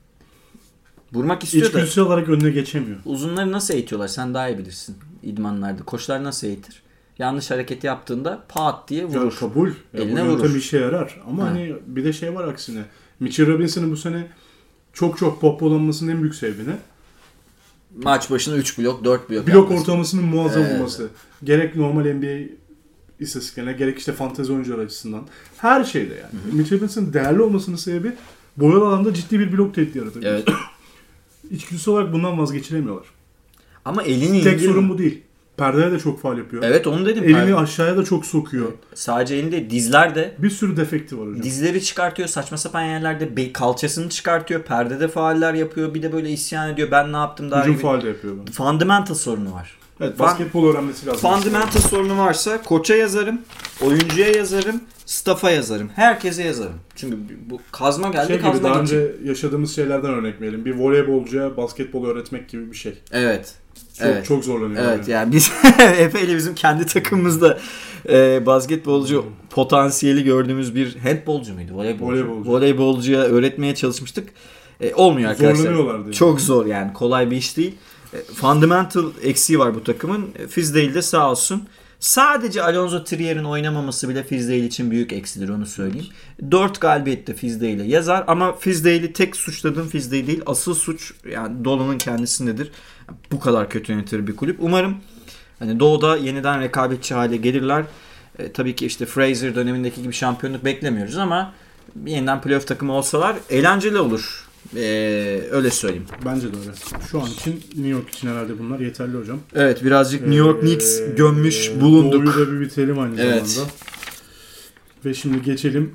Speaker 2: Vurmak istiyor da.
Speaker 1: İçgüdüsel olarak önüne geçemiyor.
Speaker 2: Uzunları nasıl eğitiyorlar? Sen daha iyi bilirsin idmanlarda. Koçlar nasıl eğitir? Yanlış hareket yaptığında pat diye vurur.
Speaker 1: Ya kabul.
Speaker 2: Eline
Speaker 1: bu
Speaker 2: vurur.
Speaker 1: Bir işe yarar. Ama hani bir de var aksine. Mitchell Robinson'ın bu sene çok pohpolanmasının en büyük sebebi ne?
Speaker 2: Maç başına 3 blok, 4 blok.
Speaker 1: Blok ortalamasının muazzam olması. Gerek normal NBA istatistiklerine, gerek işte fantezi oyuncular açısından. Her şeyde yani. Mitchell Robinson'ın değerli olmasının sebebi boyalı alanda ciddi bir blok tehdidi yaratabilir.
Speaker 2: Evet.
Speaker 1: İçgüdüsel olarak bundan vazgeçiremiyorlar.
Speaker 2: Ama elini
Speaker 1: tek sorun bu değil. Perdeye de çok faul yapıyor.
Speaker 2: Evet onu dedim.
Speaker 1: Elini aşağıya da çok sokuyor.
Speaker 2: Evet. Sadece elinde dizlerde.
Speaker 1: Bir sürü defekti var hocam.
Speaker 2: Dizleri çıkartıyor. Saçma sapan yerlerde kalçasını çıkartıyor. Perdede fauller yapıyor. Bir de böyle isyan ediyor. Ben ne yaptım daha iyi.
Speaker 1: Hücum faul de yapıyor.
Speaker 2: Fundamental sorunu var.
Speaker 1: Evet basketbol öğrenmesi lazım.
Speaker 2: Fundamental sorunu varsa koça yazarım. Oyuncuya yazarım. Staff'a yazarım. Herkese yazarım. Çünkü bu kazma geldi kazma gitti.
Speaker 1: Daha önce yaşadığımız şeylerden örnek verelim. Bir voleybolcuya basketbol öğretmek gibi bir şey.
Speaker 2: Evet.
Speaker 1: Çok zorlanıyor.
Speaker 2: Evet yani biz Efe ile bizim kendi takımımızda basketbolcu potansiyeli gördüğümüz bir handbolcu muydu? Voleybolcuya öğretmeye çalışmıştık. Olmuyor arkadaşlar.
Speaker 1: Zorlanıyorlardı.
Speaker 2: Çok zor yani. Kolay bir iş değil. Fundamental eksiği var bu takımın. Fizdale de sağ olsun. Sadece Alonzo Trier'in oynamaması bile Fizdale için büyük eksidir onu söyleyeyim. 4 galibiyette Fizdale'e yazar ama Fizdale'i tek suçladığım Fizdale değil. Asıl suç yani Dolan'ın kendisindedir. Bu kadar kötü yönetir bir kulüp. Umarım hani Doğu'da yeniden rekabetçi hale gelirler. Tabii ki işte Fraser dönemindeki gibi şampiyonluk beklemiyoruz ama yeniden playoff takımı olsalar eğlenceli olur. Öyle söyleyeyim.
Speaker 1: Bence de öyle. Şu an için New York için herhalde bunlar yeterli hocam.
Speaker 2: Evet birazcık New York Knicks gömmüş bulunduk.
Speaker 1: Doğu'yu da bir bitelim aynı zamanda. Ve şimdi geçelim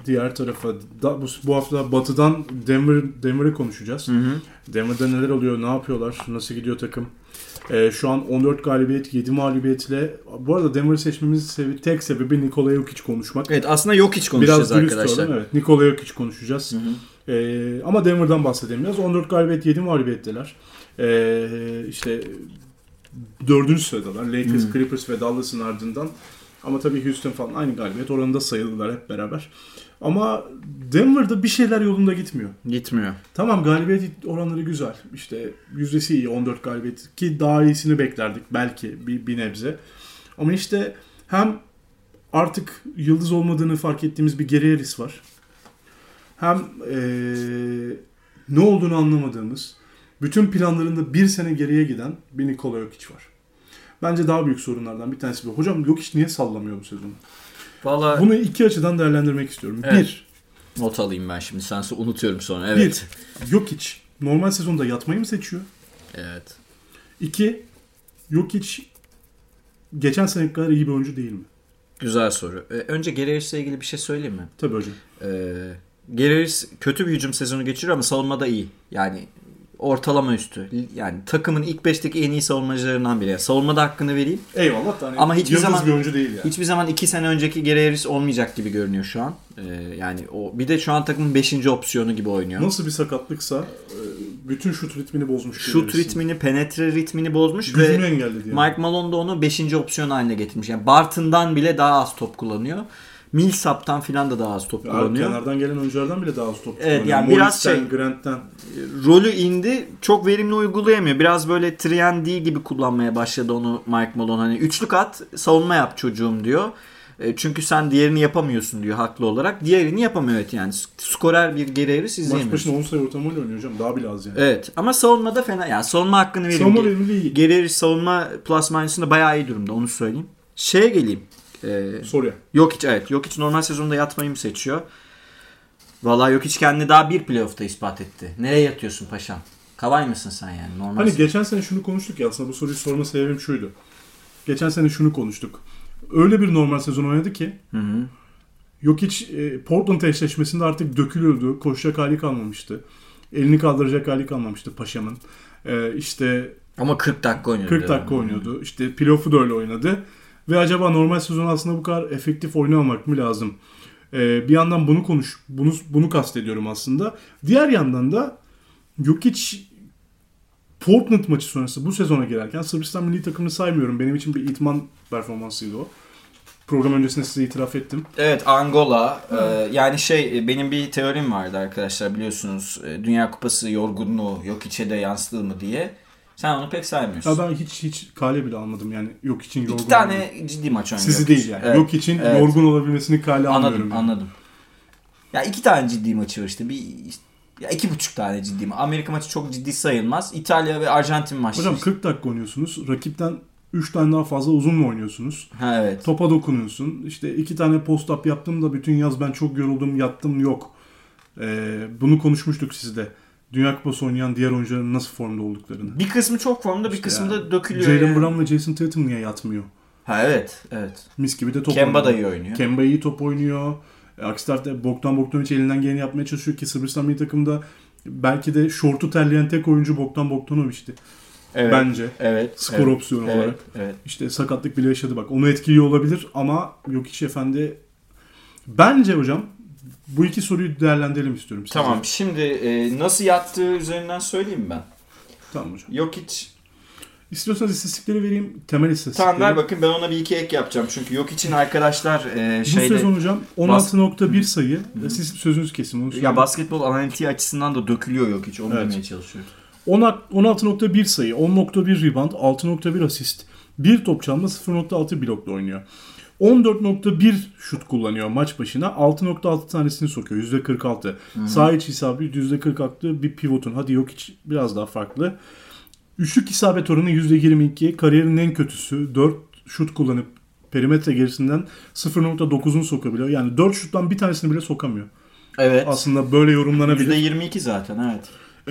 Speaker 1: diğer tarafa bu hafta Batı'dan Denver'ı konuşacağız. Denver'da neler oluyor, ne yapıyorlar, nasıl gidiyor takım? Şu an 14 galibiyet, 7 mağlubiyetle. Bu arada Denver'ı seçmemizin tek sebebi Nikola Jokic konuşmak.
Speaker 2: Evet, aslında Jokic konuşacağız
Speaker 1: biraz
Speaker 2: arkadaşlar.
Speaker 1: Evet, Nikola Jokic konuşacağız. Ama Denver'dan bahsedemiyoruz. 14 galibiyet, 7 mağlubiyetteler. İşte 4. sıradalar. Lakers, Clippers ve Dallas'ın ardından. Ama tabii Houston falan aynı galibiyet oranında sayıldılar hep beraber. Ama Denver'da bir şeyler yolunda gitmiyor.
Speaker 2: Gitmiyor.
Speaker 1: Tamam, galibiyet oranları güzel. İşte yüzdesi iyi, 14 galibiyet ki daha iyisini beklerdik belki bir nebze. Ama işte hem artık yıldız olmadığını fark ettiğimiz bir Gary Harris var. Hem ne olduğunu anlamadığımız, bütün planlarında bir sene geriye giden bir Nikola Jokic var. Bence daha büyük sorunlardan bir tanesi bu. Hocam Jokic niye sallamıyor bu sezonu?
Speaker 2: Vallahi...
Speaker 1: Bunu iki açıdan değerlendirmek istiyorum.
Speaker 2: Evet.
Speaker 1: Bir.
Speaker 2: Not alayım ben şimdi. Sense unutuyorum sonra. Evet.
Speaker 1: Bir. Jokic normal sezonda yatmayı mı seçiyor?
Speaker 2: Evet.
Speaker 1: İki. Jokic geçen sene kadar iyi bir oyuncu değil mi?
Speaker 2: Güzel soru. Önce Gary Harris'le ilgili bir şey söyleyeyim mi?
Speaker 1: Tabii hocam.
Speaker 2: Gary Harris kötü bir hücum sezonu geçiriyor ama savunmada iyi. Yani ortalama üstü. Yani takımın ilk 5'teki en iyi savunmacılarından biri. Yani savunmada hakkını vereyim.
Speaker 1: Eyvallah. Hani
Speaker 2: ama hiçbir zaman
Speaker 1: bir oyuncu değil yani.
Speaker 2: Hiçbir zaman 2 sene önceki Gary Harris olmayacak gibi görünüyor şu an. Yani o bir de şu an takımın 5. opsiyonu gibi oynuyor.
Speaker 1: Nasıl bir sakatlıksa bütün şut ritmini bozmuş.
Speaker 2: Şut ritmini, penetre ritmini bozmuş.
Speaker 1: Gücünü
Speaker 2: ve
Speaker 1: engelledi yani.
Speaker 2: Mike Malone da onu 5. opsiyon haline getirmiş. Yani Barton'dan bile daha az top kullanıyor. Millsap'tan filan da daha az top kullanıyor.
Speaker 1: Kenardan gelen oyunculardan bile daha az top
Speaker 2: kullanıyor. Evet, yani
Speaker 1: Morris'ten, Grant'ten.
Speaker 2: Rolü indi. Çok verimli uygulayamıyor. Biraz böyle 3&D gibi kullanmaya başladı onu Mike Malone. Hani üçlük at, savunma yap çocuğum diyor. Çünkü sen diğerini yapamıyorsun diyor haklı olarak. Diğerini yapamıyor evet yani. Skorer bir Gary Harris izleyemiyoruz.
Speaker 1: Maç başına 10 sayı ortamıyla oynuyor hocam. Daha bile az yani.
Speaker 2: Evet ama savunmada fena. Yani savunma hakkını vereyim.
Speaker 1: Savunma verimli iyi.
Speaker 2: Gary Harris savunma plus minus'ında bayağı iyi durumda. Onu söyleyeyim. Şeye geleyim.
Speaker 1: Soruya.
Speaker 2: Jokic evet. Jokic normal sezonda yatmayı mı seçiyor? Vallahi Jokic kendini daha bir playoff'ta ispat etti. Nereye yatıyorsun paşam? Kavay mısın sen yani? Normal
Speaker 1: hani geçen sene şunu konuştuk ya, aslında bu soruyu sorma sebebim şuydu. Geçen sene şunu konuştuk. Öyle bir normal sezon oynadı ki Jokic Portland eşleşmesinde artık dökülüyordu. Koşacak hali kalmamıştı. Elini kaldıracak hali kalmamıştı paşamın. İşte
Speaker 2: ama 40 dakika oynuyordu.
Speaker 1: 40 dakika oynuyordu. İşte playoff'u da öyle oynadı. Ve acaba normal sezon aslında bu kadar efektif oynamamak mı lazım? Bir yandan bunu kastediyorum aslında. Diğer yandan da Jokic Portland maçı sonrası bu sezona girerken, Sırbistan milli takımını saymıyorum. Benim için bir idman performansıydı o. Program öncesinde size itiraf ettim.
Speaker 2: Evet, Angola. Yani benim bir teorim vardı arkadaşlar, biliyorsunuz. Dünya Kupası yorgunluğu Jokic'e de yansıdı mı diye. Sen onu pek saymıyorsun.
Speaker 1: Ya ben hiç kale bile almadım yani Jokic'in yorgun.
Speaker 2: 2 tane ciddi maç oynadı.
Speaker 1: Sizi değil yani. Evet. Jokic'in yorgun olabilmesini kale almıyorum.
Speaker 2: Anladım. Ya 2 tane ciddi maçı var işte. Ya 2,5 tane ciddi maç. Amerika maçı çok ciddi sayılmaz. İtalya ve Arjantin maçı.
Speaker 1: Hocam 40 dakika oynuyorsunuz. Rakipten 3 tane daha fazla uzun mu oynuyorsunuz?
Speaker 2: Ha evet.
Speaker 1: Topa dokunuyorsun. İşte 2 tane post-up yaptım da bütün yaz ben çok yoruldum, yattım yok. Bunu konuşmuştuk sizde. Dünya Kupası oynayan diğer oyuncuların nasıl formda olduklarını.
Speaker 2: Bir kısmı çok formda, bir kısmı da dökülüyor.
Speaker 1: Jaylen Brown ve Jason Tatum niye yatmıyor?
Speaker 2: Ha evet.
Speaker 1: Mis gibi de top
Speaker 2: Kemba
Speaker 1: oynuyor.
Speaker 2: da iyi oynuyor.
Speaker 1: Kemba iyi top oynuyor. Aksi tarafta Bogdanovic elinden geleni yapmaya çalışıyor ki Sırbistan milli takımda belki de şortu terleyen tek oyuncu Bogdanovic'ti.
Speaker 2: Evet.
Speaker 1: Bence.
Speaker 2: Evet.
Speaker 1: Skor opsiyonu olarak.
Speaker 2: Evet.
Speaker 1: İşte sakatlık bile yaşadı bak. Onu etkiliyor olabilir ama Jokic efendi bence hocam bu iki soruyu değerlendirelim istiyorum size.
Speaker 2: Tamam. Şimdi nasıl yattığı üzerinden söyleyeyim ben.
Speaker 1: Tamam hocam.
Speaker 2: Jokic.
Speaker 1: İstiyorsanız istatistikleri vereyim. Temel istatistikleri.
Speaker 2: Tamam ver bakın, ben ona bir iki ek yapacağım. Çünkü Jokic'in arkadaşlar
Speaker 1: bu sezon hocam 16.1 sayı. Siz sözünüzü kesin onu söyleyeyim.
Speaker 2: Ya basketbol analitiği açısından da dökülüyor Jokic. Onu demeye çalışıyorum.
Speaker 1: 16.1 sayı, 10.1 rebound, 6.1 asist, 1 top çalma, 0.6 blokla oynuyor. 14.1 şut kullanıyor maç başına. 6.6 tanesini sokuyor. %46. Sağ iç isabı %46 bir pivotun. Hadi Jokic biraz daha farklı. Üçlük isabet oranı %22. Kariyerinin en kötüsü. 4 şut kullanıp perimetre gerisinden 0.9'unu sokabiliyor. Yani 4 şuttan bir tanesini bile sokamıyor.
Speaker 2: Evet.
Speaker 1: Aslında böyle yorumlanabilir.
Speaker 2: %22 zaten evet.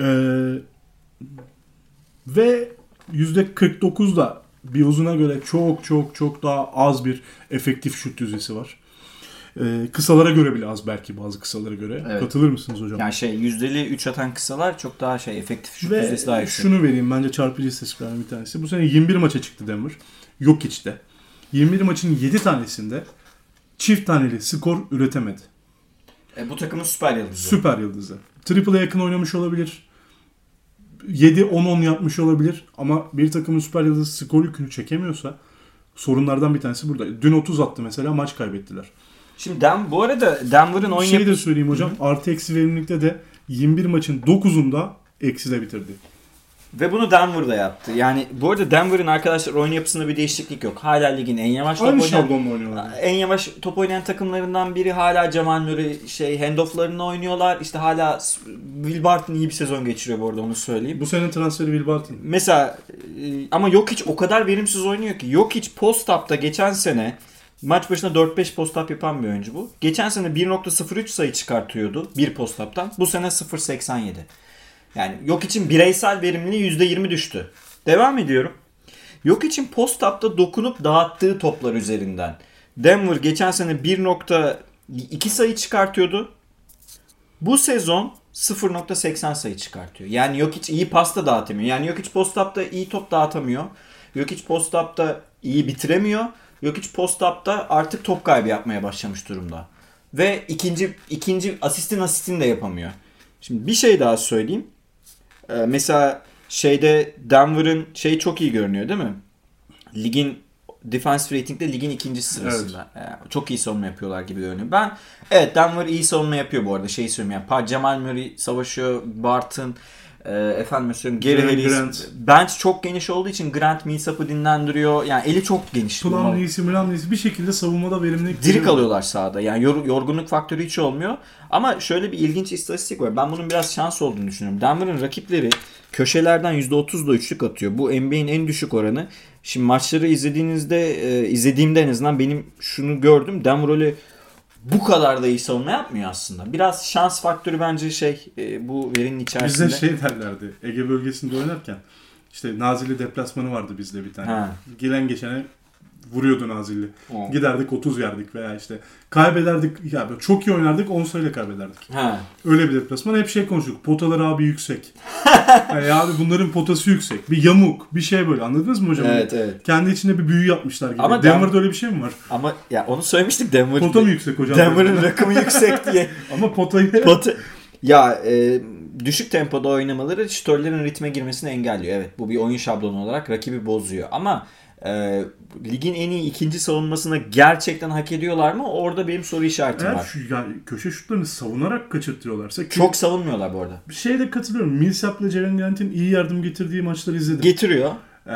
Speaker 1: Ve %49 da bir uzuna göre çok daha az bir efektif şut yüzdesi var. Kısalara göre bile az belki bazı kısalara göre.
Speaker 2: Evet.
Speaker 1: Katılır mısınız hocam?
Speaker 2: Yani yüzdeli 3 atan kısalar çok daha efektif şut
Speaker 1: Ve
Speaker 2: yüzdesi daha yüksek.
Speaker 1: şunu vereyim bence çarpıcı istatistiklerden bir tanesi. Bu sene 21 maça çıktı Denver. Jokic'te. 21 maçın 7 tanesinde çift taneli skor üretemedi.
Speaker 2: Bu takımın süper yıldızı.
Speaker 1: Süper yıldızı. Triple'a yakın oynamış olabilir. 7-10-10 yapmış olabilir. Ama bir takımın süper yıldızı skor yükünü çekemiyorsa sorunlardan bir tanesi burada. Dün 30 attı mesela, maç kaybettiler.
Speaker 2: Şimdi bu arada Denver'ın oyun
Speaker 1: Şeyi de söyleyeyim hocam. Hı-hı. Artı eksi verimlilikte de 21 maçın 9'unda ekside bitirdi.
Speaker 2: Ve bunu Denver'da yaptı. Yani bu arada Denver'ın arkadaşlar oyun yapısında bir değişiklik yok. Hala ligin en yavaş top oynayan, en yavaş top oynayan takımlarından biri. Hala Jamal Murray handoff'larını oynuyorlar. İşte hala Will Barton iyi bir sezon geçiriyor bu arada, onu söyleyeyim.
Speaker 1: Bu sene transferi Will Barton.
Speaker 2: Mesela ama Jokic o kadar verimsiz oynuyor ki. Jokic post-up'ta geçen sene maç başına 4-5 post-up yapan bir oyuncu bu. Geçen sene 1.03 sayı çıkartıyordu bir post-up'tan. Bu sene 0.87. Yani Jokic'in bireysel verimliliği %20 düştü. Devam ediyorum. Jokic'in post-up'ta dokunup dağıttığı toplar üzerinden Denver geçen sene 1.2 sayı çıkartıyordu. Bu sezon 0.80 sayı çıkartıyor. Yani Jokic iyi pasta dağıtamıyor. Yani Jokic post-up'ta iyi top dağıtamıyor. Jokic post-up'ta iyi bitiremiyor. Jokic post-up'ta artık top kaybı yapmaya başlamış durumda. Ve ikinci asistini de yapamıyor. Şimdi bir şey daha söyleyeyim. Mesela Denver'ın çok iyi görünüyor değil mi? Ligin defensive rating'de ligin ikinci sırasında. Evet. Çok iyi savunma yapıyorlar gibi görünüyor. Denver iyi savunma yapıyor bu arada. Söyleyeyim yani. Jamal Murray savaşıyor, Barton, Gary Harris. Bench çok geniş olduğu için Grant Millsap'ı dinlendiriyor. Yani eli çok geniş.
Speaker 1: Plumlee'si bir şekilde savunmada verimlilik
Speaker 2: dirik alıyorlar sahada. Yani yorgunluk faktörü hiç olmuyor. Ama şöyle bir ilginç istatistik var. Ben bunun biraz şans olduğunu düşünüyorum. Denver'ın rakipleri köşelerden %30'da üçlük atıyor. Bu NBA'in en düşük oranı. Şimdi maçları izlediğimde en azından benim şunu gördüm. Denver öyle bu kadar da iyi savunma yapmıyor aslında. Biraz şans faktörü bence bu verinin içerisinde.
Speaker 1: Bizde derlerdi. Ege bölgesinde oynarken işte Nazilli deplasmanı vardı bizde bir tane. Gelen geçene vuruyordu Nazilli. Giderdik 30 yerdik veya işte kaybederdik. Ya çok iyi oynardık 10 sayıyla kaybederdik. Öyle bir deplasman. Hep konuştuk. Potaları abi yüksek. Yani abi bunların potası yüksek. Bir yamuk, bir böyle. Anladınız mı hocam?
Speaker 2: Evet.
Speaker 1: Kendi içinde bir büyü yapmışlar gibi. Ama Denver'da öyle bir şey mi var?
Speaker 2: Ama ya onu söylemiştik Denver.
Speaker 1: Pota mı yüksek hocam?
Speaker 2: Denver'ın rakamı yüksek diye.
Speaker 1: Ama potayı...
Speaker 2: Düşük tempoda oynamaları şütörlerin ritme girmesini engelliyor. Evet, bu bir oyun şablonu olarak rakibi bozuyor. Ama ligin en iyi ikinci savunmasını gerçekten hak ediyorlar mı? Orada benim soru işaretim var.
Speaker 1: Köşe şutlarını savunarak kaçırtıyorlarsa...
Speaker 2: Çok savunmuyorlar bu arada.
Speaker 1: Bir de katılıyorum. Millsap'la Jaren Grant'in iyi yardım getirdiği maçları izledim.
Speaker 2: Getiriyor.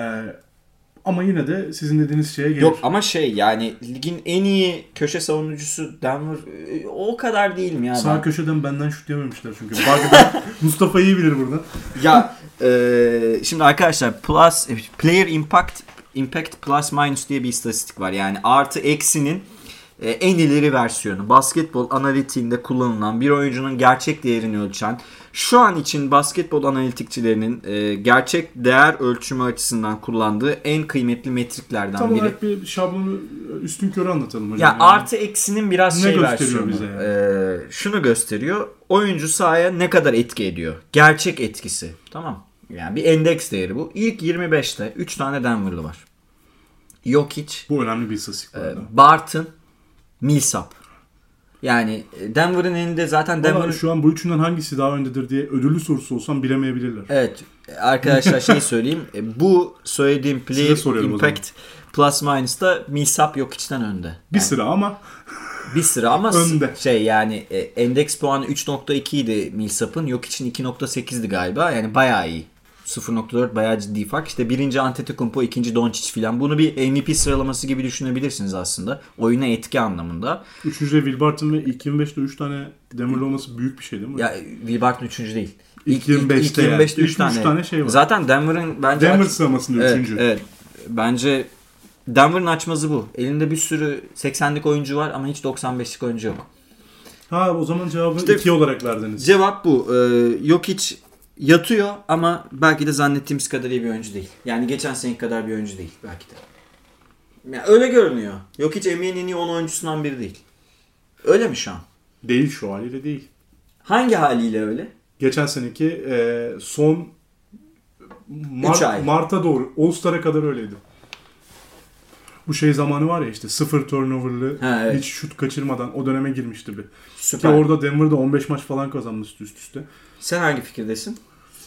Speaker 1: Ama yine de sizin dediğiniz şeye gelir.
Speaker 2: Yok ama yani ligin en iyi köşe savunucusu Denver o kadar değil mi ya?
Speaker 1: Sağ köşeden benden şut yememişler çünkü. Belki Mustafa iyi bilir burada.
Speaker 2: Ya şimdi arkadaşlar player impact plus minus diye bir istatistik var. Yani artı eksinin en ileri versiyonu. Basketbol analitiğinde kullanılan bir oyuncunun gerçek değerini ölçen, şu an için basketbol analitikçilerinin gerçek değer ölçümü açısından kullandığı en kıymetli metriklerden biri. Tam
Speaker 1: olarak bir şablonu üstünkörü anlatalım hocam.
Speaker 2: Ya artı eksinin biraz versiyonu.
Speaker 1: Bize yani?
Speaker 2: Şunu gösteriyor. Oyuncu sahaya ne kadar etki ediyor? Gerçek etkisi. Tamam. Yani bir endeks değeri bu. İlk 25'te 3 tane Denver'lı var. Jokic.
Speaker 1: Bu önemli bir istatistik.
Speaker 2: Barton, Millsap. Yani Denver'ın elinde zaten
Speaker 1: şu an bu üçünden hangisi daha öndedir diye ödüllü sorusu olsam bilemeyebilirler.
Speaker 2: Evet. Arkadaşlar söyleyeyim. Bu söylediğim player impact plus minus'ta Millsap Jokic'ten önde.
Speaker 1: Bir sıra ama
Speaker 2: önde. Yani endeks puanı 3.2 idi Millsap'ın. Jokic'in 2.8'di galiba. Yani bayağı iyi. 0.4 bayağı ciddi fark. İşte birinci Antetokounmpo, ikinci Doncic filan. Bunu bir MVP sıralaması gibi düşünebilirsiniz aslında. Oyuna etki anlamında.
Speaker 1: Üçüncüde Will Barton ve ilk 25'te 3 tane Denver'lı olması büyük bir şey değil mi?
Speaker 2: Ya Will Barton üçüncü değil.
Speaker 1: İlk 25'te
Speaker 2: 3 tane
Speaker 1: şey var.
Speaker 2: Zaten Denver'ın bence...
Speaker 1: Denver sıralamasında üçüncü.
Speaker 2: Evet. Bence Denver'ın açmazı bu. Elinde bir sürü 80'lik oyuncu var ama hiç 95'lik oyuncu yok.
Speaker 1: O zaman cevabı 2 olarak verdiniz.
Speaker 2: Cevap bu. Jokic yatıyor ama belki de zannettiğimiz kadar iyi bir oyuncu değil. Yani geçen seneki kadar bir oyuncu değil belki de. Yani öyle görünüyor. Jokic NBA'nin en iyi 10 oyuncusundan biri değil. Öyle mi şu an?
Speaker 1: Değil, şu haliyle değil.
Speaker 2: Hangi haliyle öyle?
Speaker 1: Geçen seneki son
Speaker 2: 3 ay.
Speaker 1: Mart'a doğru All-Star'a kadar öyleydi. Bu şey zamanı var ya işte 0 turnover'lı
Speaker 2: evet.
Speaker 1: hiç şut kaçırmadan o döneme girmişti bir.
Speaker 2: Süper.
Speaker 1: Ki orada Denver'da 15 maç falan kazanmıştı üst üste.
Speaker 2: Sen hangi fikirdesin?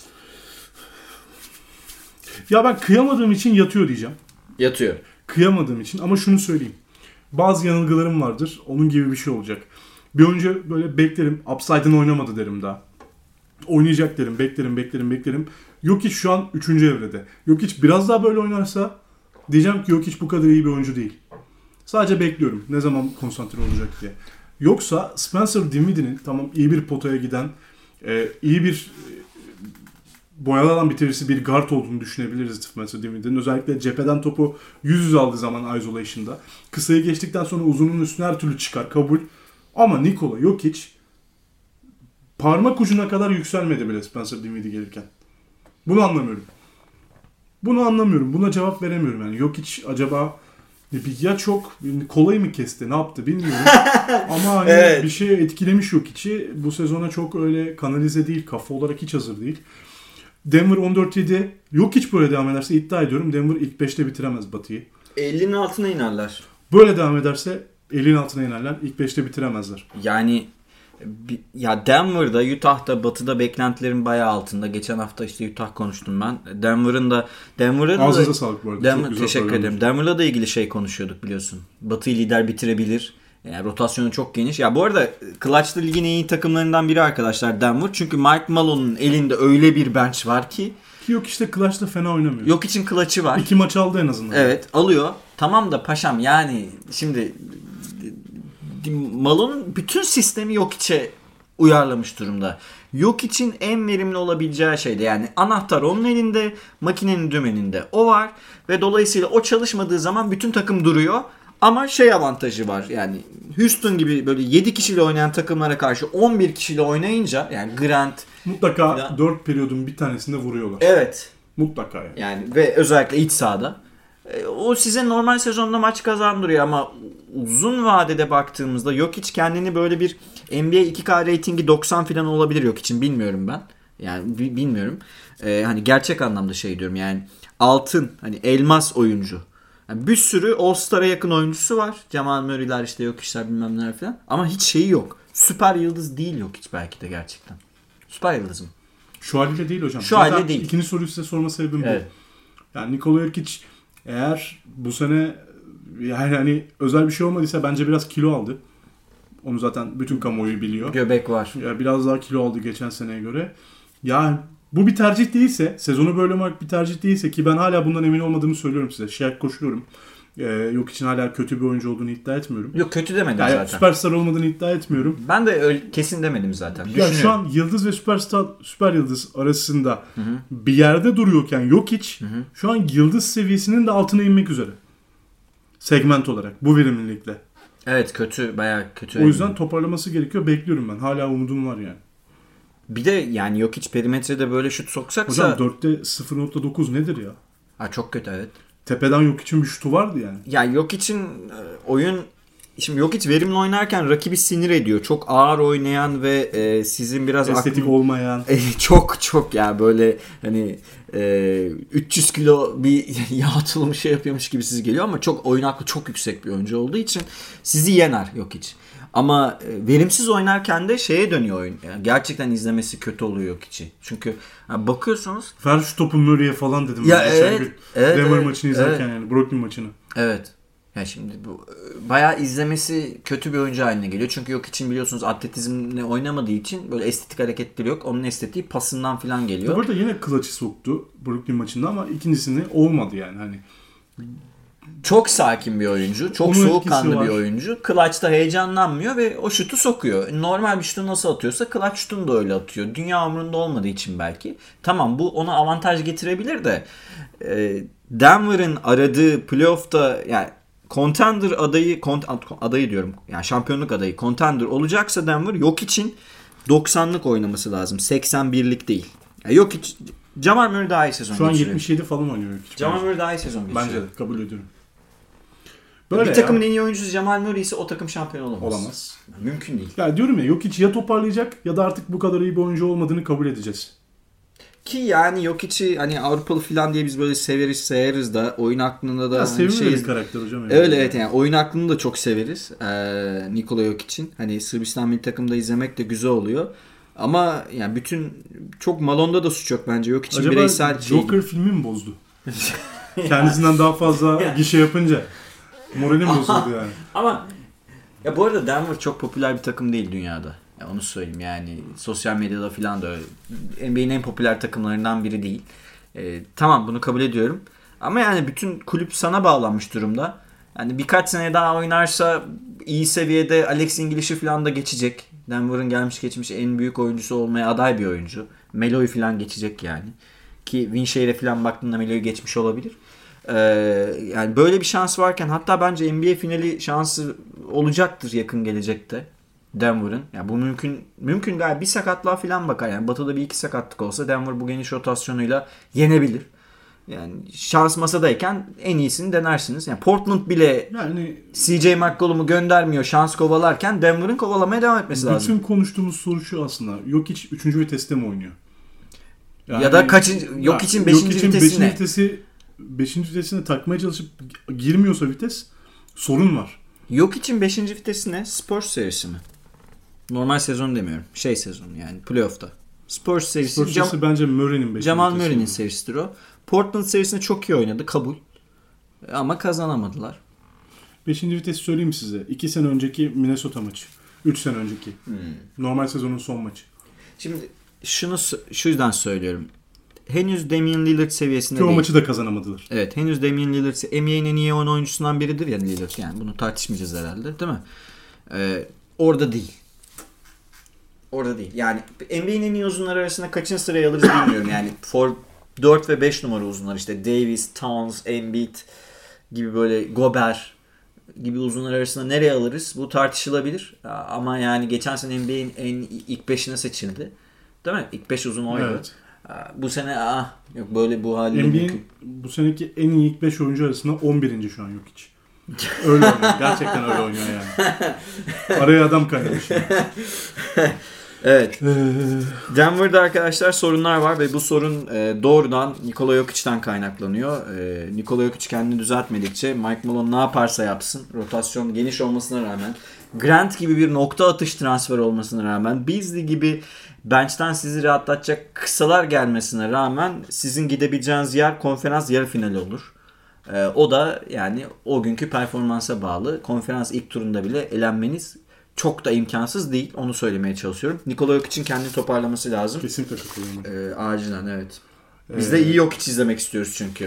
Speaker 1: Ya ben kıyamadığım için yatıyor diyeceğim.
Speaker 2: Yatıyor.
Speaker 1: Kıyamadığım için ama şunu söyleyeyim. Bazı yanılgılarım vardır. Onun gibi bir şey olacak. Bir önce böyle beklerim. Upside'ın oynamadı derim daha. Oynayacak derim. Beklerim. Jokic şu an 3. evrede. Jokic biraz daha böyle oynarsa diyeceğim ki Jokic bu kadar iyi bir oyuncu değil. Sadece bekliyorum. Ne zaman konsantre olacak diye. Yoksa Spencer Dinwiddie'nin tamam iyi bir potaya giden, iyi bir boyalardan bitiricisi bir guard olduğunu düşünebiliriz Spencer Dinwiddie'nin. Özellikle cepheden topu yüz aldığı zaman isolation'da. Kısayı geçtikten sonra uzunun üstüne her türlü çıkar. Kabul. Ama Nikola Jokic parmak ucuna kadar yükselmedi bile Spencer Dinwiddie gelirken. Bunu anlamıyorum. Buna cevap veremiyorum. Yani Jokic acaba ya çok kolayı mı kesti, ne yaptı bilmiyorum. Ama hani
Speaker 2: evet.
Speaker 1: Bir şey etkilemiş Jokic'i. Bu sezona çok öyle kanalize değil, kafa olarak hiç hazır değil. Denver 14-7. Jokic böyle devam ederse iddia ediyorum Denver ilk 5'te bitiremez Batı'yı.
Speaker 2: 50'nin altına inerler.
Speaker 1: Böyle devam ederse 50'nin altına inerler. İlk 5'te bitiremezler.
Speaker 2: Yani ya Denver'da, Utah'da, Batı'da beklentilerin bayağı altında. Geçen hafta işte Utah konuştum ben. Denver'ın
Speaker 1: ağzınıza sağlık bu arada.
Speaker 2: Teşekkür ederim. Denver'la da ilgili şey konuşuyorduk biliyorsun. Batı'yı lider bitirebilir. Yani rotasyonu çok geniş. Ya bu arada Clutch'ta ligin en iyi takımlarından biri arkadaşlar Denver. Çünkü Mike Malone'un elinde öyle bir bench var ki.
Speaker 1: Yok işte Clutch'ta fena oynamıyor.
Speaker 2: Yok için Clutch'ı var.
Speaker 1: 2 maç aldı en azından.
Speaker 2: Evet alıyor. Tamam da paşam yani şimdi Malone'un bütün sistemi Jokic'e uyarlamış durumda. Jokic'in en verimli olabileceği şeyde yani anahtar onun elinde, makinenin dümeninde o var ve dolayısıyla o çalışmadığı zaman bütün takım duruyor. Ama şey avantajı var yani Houston gibi böyle 7 kişiyle oynayan takımlara karşı 11 kişiyle oynayınca yani Grant
Speaker 1: mutlaka 4 periyodun bir tanesinde vuruyorlar.
Speaker 2: Evet.
Speaker 1: Mutlaka yani.
Speaker 2: Yani ve özellikle iç sahada. O size normal sezonda maç kazandırıyor ama uzun vadede baktığımızda Jokic kendini böyle bir NBA 2K ratingi 90 falan olabilir Jokic'in bilmiyorum ben. Yani bilmiyorum. Hani gerçek anlamda şey diyorum yani altın hani elmas oyuncu. Yani bir sürü All-Star'a yakın oyuncusu var. Jamal Murray'ler işte Jokic'ler bilmem neler falan. Ama hiç şeyi yok. Süper yıldız değil Jokic belki de gerçekten. Süper yıldız mı?
Speaker 1: Şu haliyle değil hocam.
Speaker 2: Şu haliyle değil.
Speaker 1: İkinci soruyu size sorma sebebim
Speaker 2: evet.
Speaker 1: bu. Yani Nikola Jokic eğer bu sene yani hani özel bir şey olmadıysa bence biraz kilo aldı. Onu zaten bütün kamuoyu biliyor.
Speaker 2: Göbek var.
Speaker 1: Ya biraz daha kilo aldı geçen seneye göre. Yani bu bir tercih değilse, sezonu böyle olmak bir tercih değilse ki ben hala bundan emin olmadığımı söylüyorum size. Şayet koşuyorum. Yok için hala kötü bir oyuncu olduğunu iddia etmiyorum.
Speaker 2: Yok kötü demedim
Speaker 1: yani
Speaker 2: zaten.
Speaker 1: Süperstar olmadığını iddia etmiyorum.
Speaker 2: Ben de öyle, kesin demedim zaten.
Speaker 1: Ya şu an yıldız ve süper yıldız arasında bir yerde duruyorken Jokic şu an yıldız seviyesinin de altına inmek üzere. Segment olarak bu verimlilikle.
Speaker 2: Evet kötü bayağı kötü.
Speaker 1: O yüzden toparlaması gerekiyor. Bekliyorum ben. Hala umudum var yani.
Speaker 2: Bir de yani Jokic perimetrede böyle şut soksaksa.
Speaker 1: Hocam 4'te 0.9 nedir ya?
Speaker 2: Ha çok kötü evet.
Speaker 1: Tepeden Jokic'in bir şutu vardı yani.
Speaker 2: Ya Jokic'in oyun şimdi Jokic verimli oynarken rakibi sinir ediyor. Çok ağır oynayan ve sizin biraz
Speaker 1: estetik olmayan.
Speaker 2: Çok ya böyle hani 300 kilo bir yağ tulum şey yapıyormuş gibi siz geliyor ama çok oyun aklı çok yüksek bir oyuncu olduğu için sizi yener Jokic. Ama verimsiz oynarken de şeye dönüyor oyun. Yani gerçekten izlemesi kötü oluyor Jokic'i. Çünkü yani bakıyorsunuz.
Speaker 1: Ver şu topu Murray'e falan dedim.
Speaker 2: Ya evet.
Speaker 1: Denver maçını izlerken yani Brooklyn maçını.
Speaker 2: Evet. Ya şimdi bu bayağı izlemesi kötü bir oyuncu haline geliyor. Çünkü yok için biliyorsunuz atletizmle oynamadığı için böyle estetik hareketleri yok. Onun estetiği pasından falan geliyor.
Speaker 1: Burada yine clutch'ı soktu Brooklyn maçında ama ikincisini olmadı yani hani.
Speaker 2: Çok sakin bir oyuncu. Çok soğukkanlı bir oyuncu. Clutch'ta heyecanlanmıyor ve o şutu sokuyor. Normal bir şutu nasıl atıyorsa clutch şutunu da öyle atıyor. Dünya umurunda olmadığı için belki. Tamam bu ona avantaj getirebilir de Denver'ın aradığı playoff'ta yani contender adayı diyorum. Yani şampiyonluk adayı contender olacaksa Denver yok için 90'lık oynaması lazım. 81'lik değil. Yani yok hiç Jamal Murray daha iyi sezon geçiriyor.
Speaker 1: Şu an 77 falan oynuyor.
Speaker 2: Jamal Murray daha iyi sezon geçiriyor.
Speaker 1: Bence de kabul ediyorum. Böyle
Speaker 2: bir takımın en iyi oyuncusu Jamal Murray ise o takım şampiyon olamaz.
Speaker 1: Olamaz.
Speaker 2: Mümkün değil.
Speaker 1: Ya diyorum ya, Jokic ya toparlayacak ya da artık bu kadar iyi bir oyuncu olmadığını kabul edeceğiz.
Speaker 2: Ki yani Jokic'i hani Avrupalı falan diye biz böyle severiz sayarız da oyun aklında da
Speaker 1: Ya
Speaker 2: hani
Speaker 1: sevimli bir karakter hocam. Yani.
Speaker 2: Öyle evet, yani oyun aklını da çok severiz. Nikola Jokic'in. Hani Sırbistan milli takımda izlemek de güzel oluyor. Ama yani bütün çok Malone'da da suç yok bence. Jokic'in bireysel
Speaker 1: şeyi. Joker filmi mi bozdu? Kendisinden daha fazla gişe yapınca moralim bozuldu yani.
Speaker 2: Ama ya bu arada Denver çok popüler bir takım değil dünyada. Ya onu söyleyeyim, yani sosyal medyada falan da öyle. NBA'nin en popüler takımlarından biri değil. Tamam, bunu kabul ediyorum. Ama yani bütün kulüp sana bağlanmış durumda. Yani birkaç sene daha oynarsa iyi seviyede Alex English'i falan da geçecek. Denver'ın gelmiş geçmiş en büyük oyuncusu olmaya aday bir oyuncu. Melo'yu falan geçecek yani. Ki Winshare'e falan baktığında Melo'yu geçmiş olabilir. Yani böyle bir şans varken, hatta bence NBA finali şansı olacaktır yakın gelecekte Denver'ın. Yani bu mümkün galiba, bir sakatlığa falan bakar. Yani Batı'da bir iki sakatlık olsa Denver bu geniş rotasyonuyla yenebilir. Yani şans masadayken en iyisini denersiniz. Yani Portland bile yani CJ McCollum'u göndermiyor şans kovalarken, Denver'ın kovalamaya devam etmesi lazım.
Speaker 1: Bütün konuştuğumuz soru şu aslında. Jokic 3. viteste mi oynuyor?
Speaker 2: Yani, ya da Jokic'in 5. vitesine.
Speaker 1: 5. vitesine takmaya çalışıp girmiyorsa vites, sorun var.
Speaker 2: Jokic'in 5. vitesine Spurs serisi mi? Normal sezon demiyorum. Sezon yani playoff'ta. Spurs serisi
Speaker 1: bence Murray'nin 5.
Speaker 2: Jamal Murray'nin serisidir o. Portland serisinde çok iyi oynadı, kabul. Ama kazanamadılar.
Speaker 1: 5. vitesi söyleyeyim size. 2 sene önceki Minnesota maçı. 3 sene önceki. Normal sezonun son maçı.
Speaker 2: Şimdi şu yüzden söylüyorum. Henüz Damian Lillard seviyesinde değil.
Speaker 1: O maçı da kazanamadılar.
Speaker 2: Evet, henüz Damian Lillard NBA'nin en iyi oyuncusundan biridir ya Lillard. Yani bunu tartışmayacağız herhalde, değil mi? Orada değil. Yani NBA'nin en iyi uzunları arasında kaçıncı sırayı alırız bilmiyorum. Yani 4 ve 5 numara uzunlar, işte Davis, Towns, Embiid gibi, böyle Gobert gibi uzunlar arasında nereye alırız? Bu tartışılabilir. Ama yani geçen sene NBA'nin ilk 5'ine seçildi. Değil mi? İlk 5 uzun oydu. Evet. Bu sene yok böyle bu haliyle
Speaker 1: NBA'nin bu seneki en iyi ilk 5 oyuncu arasında 11. şu an Jokic. Öyle oynuyor. Gerçekten öyle oynuyor yani. Araya adam kaynamış yani.
Speaker 2: Evet. Denver'da arkadaşlar sorunlar var ve bu sorun doğrudan Nikola Jokic'ten kaynaklanıyor. Nikola Jokic kendini düzeltmedikçe Mike Malone ne yaparsa yapsın, rotasyon geniş olmasına rağmen, Grant gibi bir nokta atış transfer olmasına rağmen, Beasley gibi bench'ten sizi rahatlatacak kısalar gelmesine rağmen sizin gidebileceğiniz yer konferans yarı finali olur. O da yani o günkü performansa bağlı. Konferans ilk turunda bile elenmeniz çok da imkansız değil. Onu söylemeye çalışıyorum. Nikola Jokic'in kendini toparlaması lazım.
Speaker 1: Kesinlikle katılıyorum.
Speaker 2: Acilen evet. Biz de iyi Jokic izlemek istiyoruz çünkü.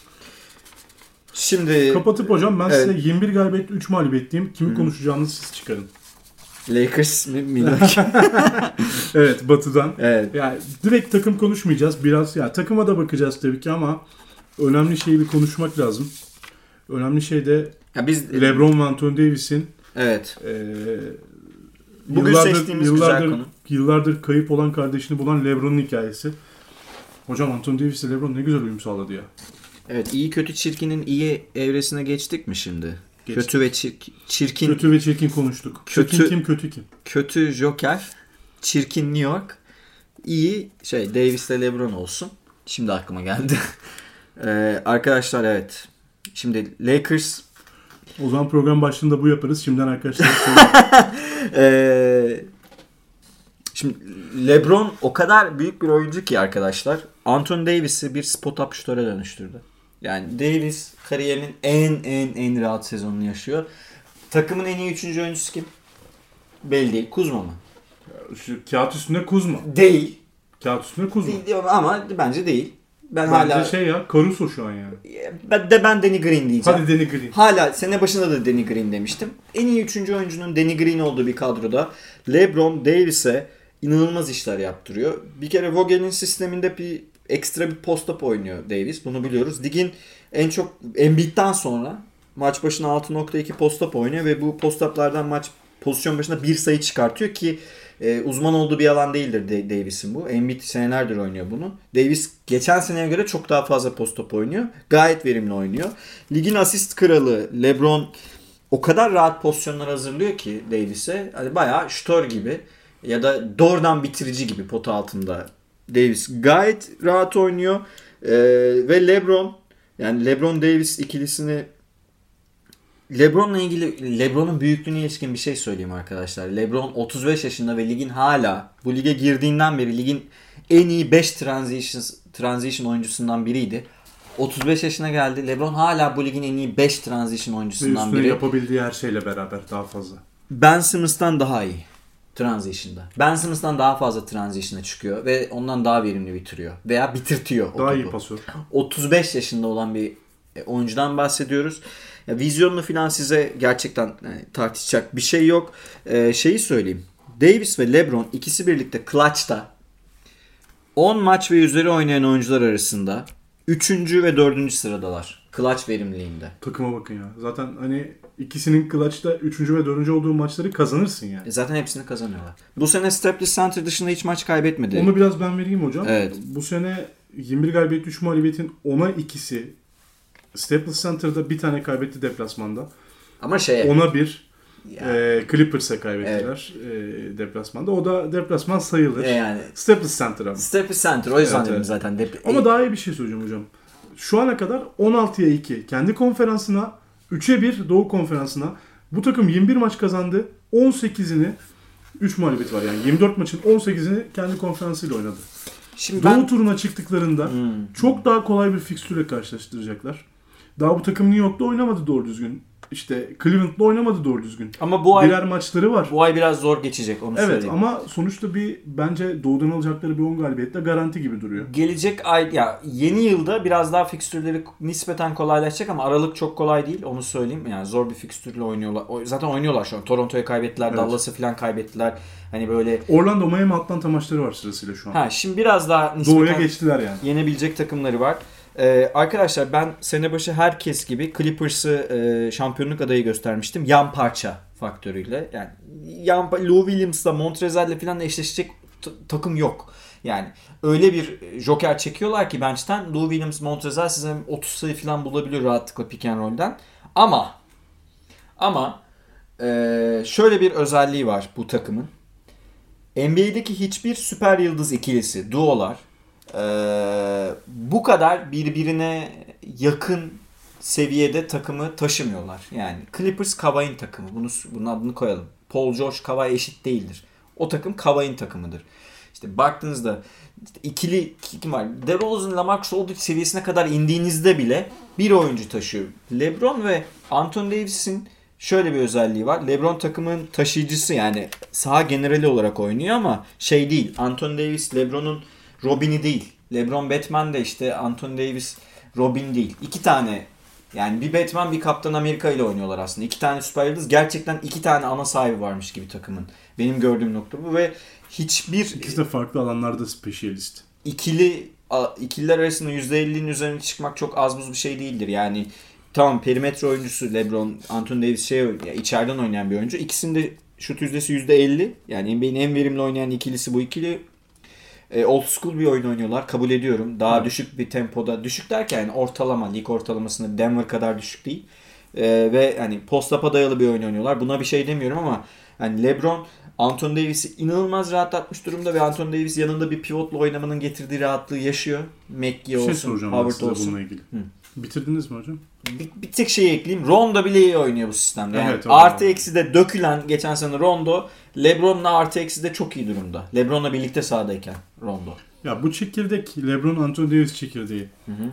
Speaker 2: Şimdi
Speaker 1: kapatıp hocam ben size 21 galibiyet 3 mağlubiyet diyeyim. Kimi konuşacağınızı siz çıkarın.
Speaker 2: Lakers mi? Milwaukee.
Speaker 1: Evet, Batı'dan.
Speaker 2: Evet.
Speaker 1: Yani direkt takım konuşmayacağız. Biraz ya takıma da bakacağız tabii ki ama önemli şeyi bir konuşmak lazım. Önemli şey de LeBron ve Anthony Davis'in
Speaker 2: bugün seçtiğimiz güzel konu.
Speaker 1: Yıllardır kayıp olan kardeşini bulan LeBron'un hikayesi. Hocam Anthony Davis ile LeBron ne güzel uyum sağladı ya.
Speaker 2: Evet, iyi kötü çirkinin iyi evresine geçtik mi şimdi? Geçtik. Kötü ve çirkin.
Speaker 1: Kötü ve çirkin konuştuk. Çirkin kim, kötü kim?
Speaker 2: Kötü Joker, çirkin New York, iyi Davis ile LeBron olsun. Şimdi aklıma geldi. Arkadaşlar evet. Şimdi Lakers.
Speaker 1: O zaman program başlığında bu yaparız. Şimdiden arkadaşlar.
Speaker 2: Şimdi LeBron o kadar büyük bir oyuncu ki arkadaşlar. Anthony Davis'i bir spot-up şutöre dönüştürdü. Yani Davis kariyerinin en rahat sezonunu yaşıyor. Takımın en iyi 3. oyuncusu kim? Belli değil. Kuzma mı?
Speaker 1: Şu kağıt üstünde Kuzma.
Speaker 2: Değil.
Speaker 1: Kağıt üstünde Kuzma.
Speaker 2: Değil ama bence değil.
Speaker 1: Bence hala Caruso şu an yani.
Speaker 2: Ben Danny Green diyeceğim.
Speaker 1: Hadi Danny Green.
Speaker 2: Hala sene başında da Danny Green demiştim. En iyi 3. oyuncunun Danny Green olduğu bir kadroda LeBron Davis'e inanılmaz işler yaptırıyor. Bir kere Vogel'in sisteminde ekstra bir post-up oynuyor Davis. Bunu biliyoruz. Ligin en çok Embiid'den sonra maç başına 6.2 post-up oynuyor ve bu post-up'lardan maç pozisyon başına bir sayı çıkartıyor ki uzman olduğu bir alan değildir Davis'in bu. Embiid senelerdir oynuyor bunu. Davis geçen seneye göre çok daha fazla post top oynuyor. Gayet verimli oynuyor. Ligin asist kralı LeBron o kadar rahat pozisyonlar hazırlıyor ki Davis'e. Hani bayağı şutör gibi ya da doğrudan bitirici gibi pota altında. Davis gayet rahat oynuyor. Ve LeBron, yani LeBron Davis ikilisini, LeBron'la ilgili, LeBron'un büyüklüğüne ilişkin bir şey söyleyeyim arkadaşlar. LeBron 35 yaşında ve ligin hala, bu lige girdiğinden beri ligin en iyi 5 transition oyuncusundan biriydi. 35 yaşına geldi. LeBron hala bu ligin en iyi 5 transition oyuncusundan biri.
Speaker 1: Yapabildiği her şeyle beraber daha fazla.
Speaker 2: Ben Simmons'tan daha iyi transition'da. Ben Simmons'tan daha fazla transition'a çıkıyor ve ondan daha verimli bitiriyor veya bitirtiyor.
Speaker 1: Daha iyi pasör.
Speaker 2: 35 yaşında olan bir oyuncudan bahsediyoruz. Ya, vizyonunu falan size gerçekten tartışacak bir şey yok. Şeyi söyleyeyim. Davis ve LeBron ikisi birlikte clutch'ta 10 maç ve üzeri oynayan oyuncular arasında 3. ve 4. sıradalar. Clutch verimliliğinde.
Speaker 1: Takıma bakın ya. Zaten hani ikisinin clutch'ta 3. ve 4. olduğu maçları kazanırsın yani.
Speaker 2: Zaten hepsini kazanıyorlar. Bu sene Staples Center dışında hiç maç kaybetmedi.
Speaker 1: Onu biraz ben vereyim hocam.
Speaker 2: Evet.
Speaker 1: Bu sene 21 galibiyet 3 mağlubiyetin 10'a 2'si Staples Center'da, bir tane kaybetti deplasmanda.
Speaker 2: Ama
Speaker 1: 10'a 1 Clippers'e kaybettiler deplasmanda. O da deplasman sayılır.
Speaker 2: Yani
Speaker 1: Staples Center ama.
Speaker 2: Staples Center, o yüzden dedim zaten.
Speaker 1: Ama daha iyi bir şey söyleyeceğim hocam. Şu ana kadar 16'ya 2 kendi konferansına, 3'e 1 Doğu konferansına. Bu takım 21 maç kazandı. 18'ini 3 mağlubiyeti var. Yani 24 maçın 18'ini kendi konferansıyla oynadı.
Speaker 2: Şimdi
Speaker 1: Doğu turuna çıktıklarında çok daha kolay bir fikstürle karşılaştıracaklar. Daha bu takım New York'ta oynamadı doğru düzgün. İşte Cleveland'la oynamadı doğru düzgün.
Speaker 2: Ama bu ay
Speaker 1: birer maçları var.
Speaker 2: Bu ay biraz zor geçecek, onu söyleyeyim.
Speaker 1: Evet, ama sonuçta bence doğudan alacakları bir 10 galibiyetle garanti gibi duruyor.
Speaker 2: Gelecek ay, ya yeni yılda biraz daha fikstürleri nispeten kolaylaşacak ama Aralık çok kolay değil, onu söyleyeyim. Yani zor bir fikstürle oynuyorlar. Zaten oynuyorlar şu an. Toronto'ya kaybettiler, evet. Dallas'ı falan kaybettiler. Hani böyle
Speaker 1: Orlando, Miami, Atlanta maçları var sırasıyla şu an.
Speaker 2: Şimdi biraz daha nispeten
Speaker 1: doğuya geçtiler yani.
Speaker 2: Yenebilecek takımları var. Arkadaşlar, ben sene başı herkes gibi Clippers'ı şampiyonluk adayı göstermiştim. Yan parça faktörüyle. Yani Lou Williams'la, Montrezl'le falan eşleşecek takım yok. Yani öyle bir joker çekiyorlar ki bench'ten Lou Williams, Montrezl size 30 sayı falan bulabiliyor rahatlıkla pick and roll'den. Ama şöyle bir özelliği var bu takımın. NBA'deki hiçbir süper yıldız ikilisi, duolar bu kadar birbirine yakın seviyede takımı taşımıyorlar. Yani Clippers Kawhi'nin takımı. Bunun adını koyalım. Paul George Kawhi eşit değildir. O takım Kawhi'nin takımıdır. İşte baktığınızda ikili kim var? DeRozan, LaMarcus Aldridge seviyesine kadar indiğinizde bile bir oyuncu taşıyor. LeBron ve Anthony Davis'in şöyle bir özelliği var. LeBron takımın taşıyıcısı, yani saha generali olarak oynuyor ama şey değil. Anthony Davis LeBron'un Robin'i değil. LeBron Batman de işte Anthony Davis Robin değil. İki tane, yani bir Batman bir Kaptan Amerika ile oynuyorlar aslında. İki tane süper yıldız. Gerçekten iki tane ana sahibi varmış gibi takımın. Benim gördüğüm nokta bu ve
Speaker 1: İkisi de farklı alanlarda specialist.
Speaker 2: İkililer arasında %50'nin üzerine çıkmak çok az buz bir şey değildir. Yani tamam, perimetre oyuncusu LeBron, Anthony Davis içeriden oynayan bir oyuncu. İkisinin de şut yüzdesi %50. Yani NBA'nin en verimli oynayan ikilisi bu ikili. Old school bir oyun oynuyorlar. Kabul ediyorum. Daha düşük bir tempoda. Düşük derken yani ortalama. Lig ortalamasında Denver kadar düşük değil. Ve hani post-up'a dayalı bir oyun oynuyorlar. Buna bir şey demiyorum ama hani LeBron Anthony Davis'i inanılmaz rahatlatmış durumda ve Anthony Davis yanında bir pivotla oynamanın getirdiği rahatlığı yaşıyor. McGee olsun, Howard olsun.
Speaker 1: Bununla ilgili. Bitirdiniz mi hocam?
Speaker 2: Bir tek şey ekleyeyim. Rondo bile iyi oynuyor bu sistemde. Yani
Speaker 1: evet,
Speaker 2: artı eksi de dökülen geçen sene Rondo, LeBron'la artı eksi de çok iyi durumda. LeBron'la birlikte sahadayken Rondo.
Speaker 1: Ya bu çekirdek LeBron Anthony Davis çekirdeği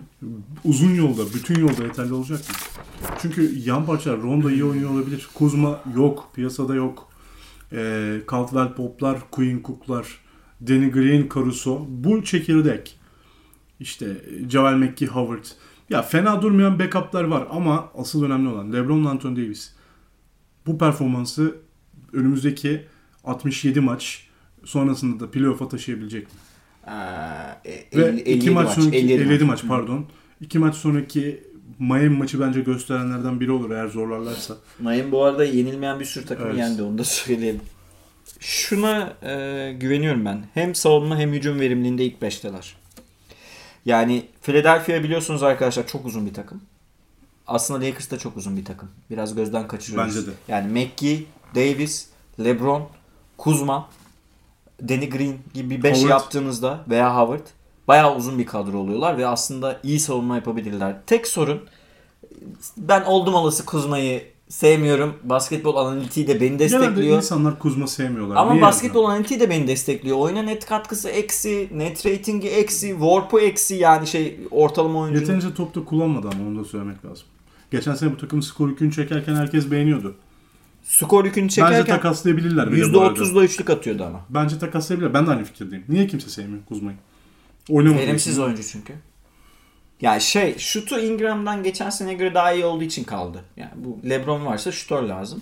Speaker 1: uzun yolda, bütün yolda yeterli olacak mı? Çünkü yan parçalar Rondo iyi oynuyor olabilir. Kuzma yok, piyasada yok. Caldwell Pop'lar, Quinn Cook'lar, Danny Green, Caruso. Bu çekirdek. İşte Javel McGee, Howard. Ya fena durmayan backup'lar var ama asıl önemli olan LeBron ve Anthony Davis. Bu performansı önümüzdeki 67 maç sonrasında da playoff'a taşıyabilecek mi? Ve 2 maç sonraki 57 maç pardon. 2 maç sonraki Miami maçı bence gösterenlerden biri olur eğer zorlarlarsa.
Speaker 2: Miami bu arada yenilmeyen bir sürü takımı
Speaker 1: Evet.
Speaker 2: yendi, onu da söyleyelim. Şuna güveniyorum ben. Hem savunma hem hücum verimliliğinde ilk 5'teler. Yani Philadelphia biliyorsunuz arkadaşlar çok uzun bir takım. Aslında Lakers da çok uzun bir takım. Biraz gözden kaçırıyoruz.
Speaker 1: Bence de.
Speaker 2: Yani McGee, Davis, LeBron, Kuzma, Danny Green gibi bir 5
Speaker 1: Howard.
Speaker 2: yaptığınızda veya Howard bayağı uzun bir kadro oluyorlar ve aslında iyi savunma yapabilirler. Tek sorun, ben oldum olası Kuzma'yı sevmiyorum. Basketbol analitiği de beni
Speaker 1: Genelde
Speaker 2: destekliyor.
Speaker 1: insanlar Kuzma sevmiyorlar.
Speaker 2: Ama
Speaker 1: Niye
Speaker 2: basketbol
Speaker 1: yani?
Speaker 2: analitiği de beni destekliyor. Oyuna net katkısı eksi, net ratingi eksi, warp'u eksi, yani ortalama oyuncu.
Speaker 1: Yeterince topta kullanmadı ama onu da söylemek lazım. Geçen sene bu takım skor yükünü çekerken herkes beğeniyordu.
Speaker 2: Skor yükünü
Speaker 1: Bence
Speaker 2: çekerken
Speaker 1: takaslayabilirler bile bu arada.
Speaker 2: %30'la üçlük atıyordu ama.
Speaker 1: Bence takaslayabilirler. Ben de aynı fikirdeyim. Niye kimse sevmiyor Kuzma'yı? Oynamadığı
Speaker 2: Verimsiz
Speaker 1: için.
Speaker 2: oyuncu çünkü. Yani şutu Ingram'dan geçen sene göre daha iyi olduğu için kaldı. Yani bu LeBron varsa şutör lazım.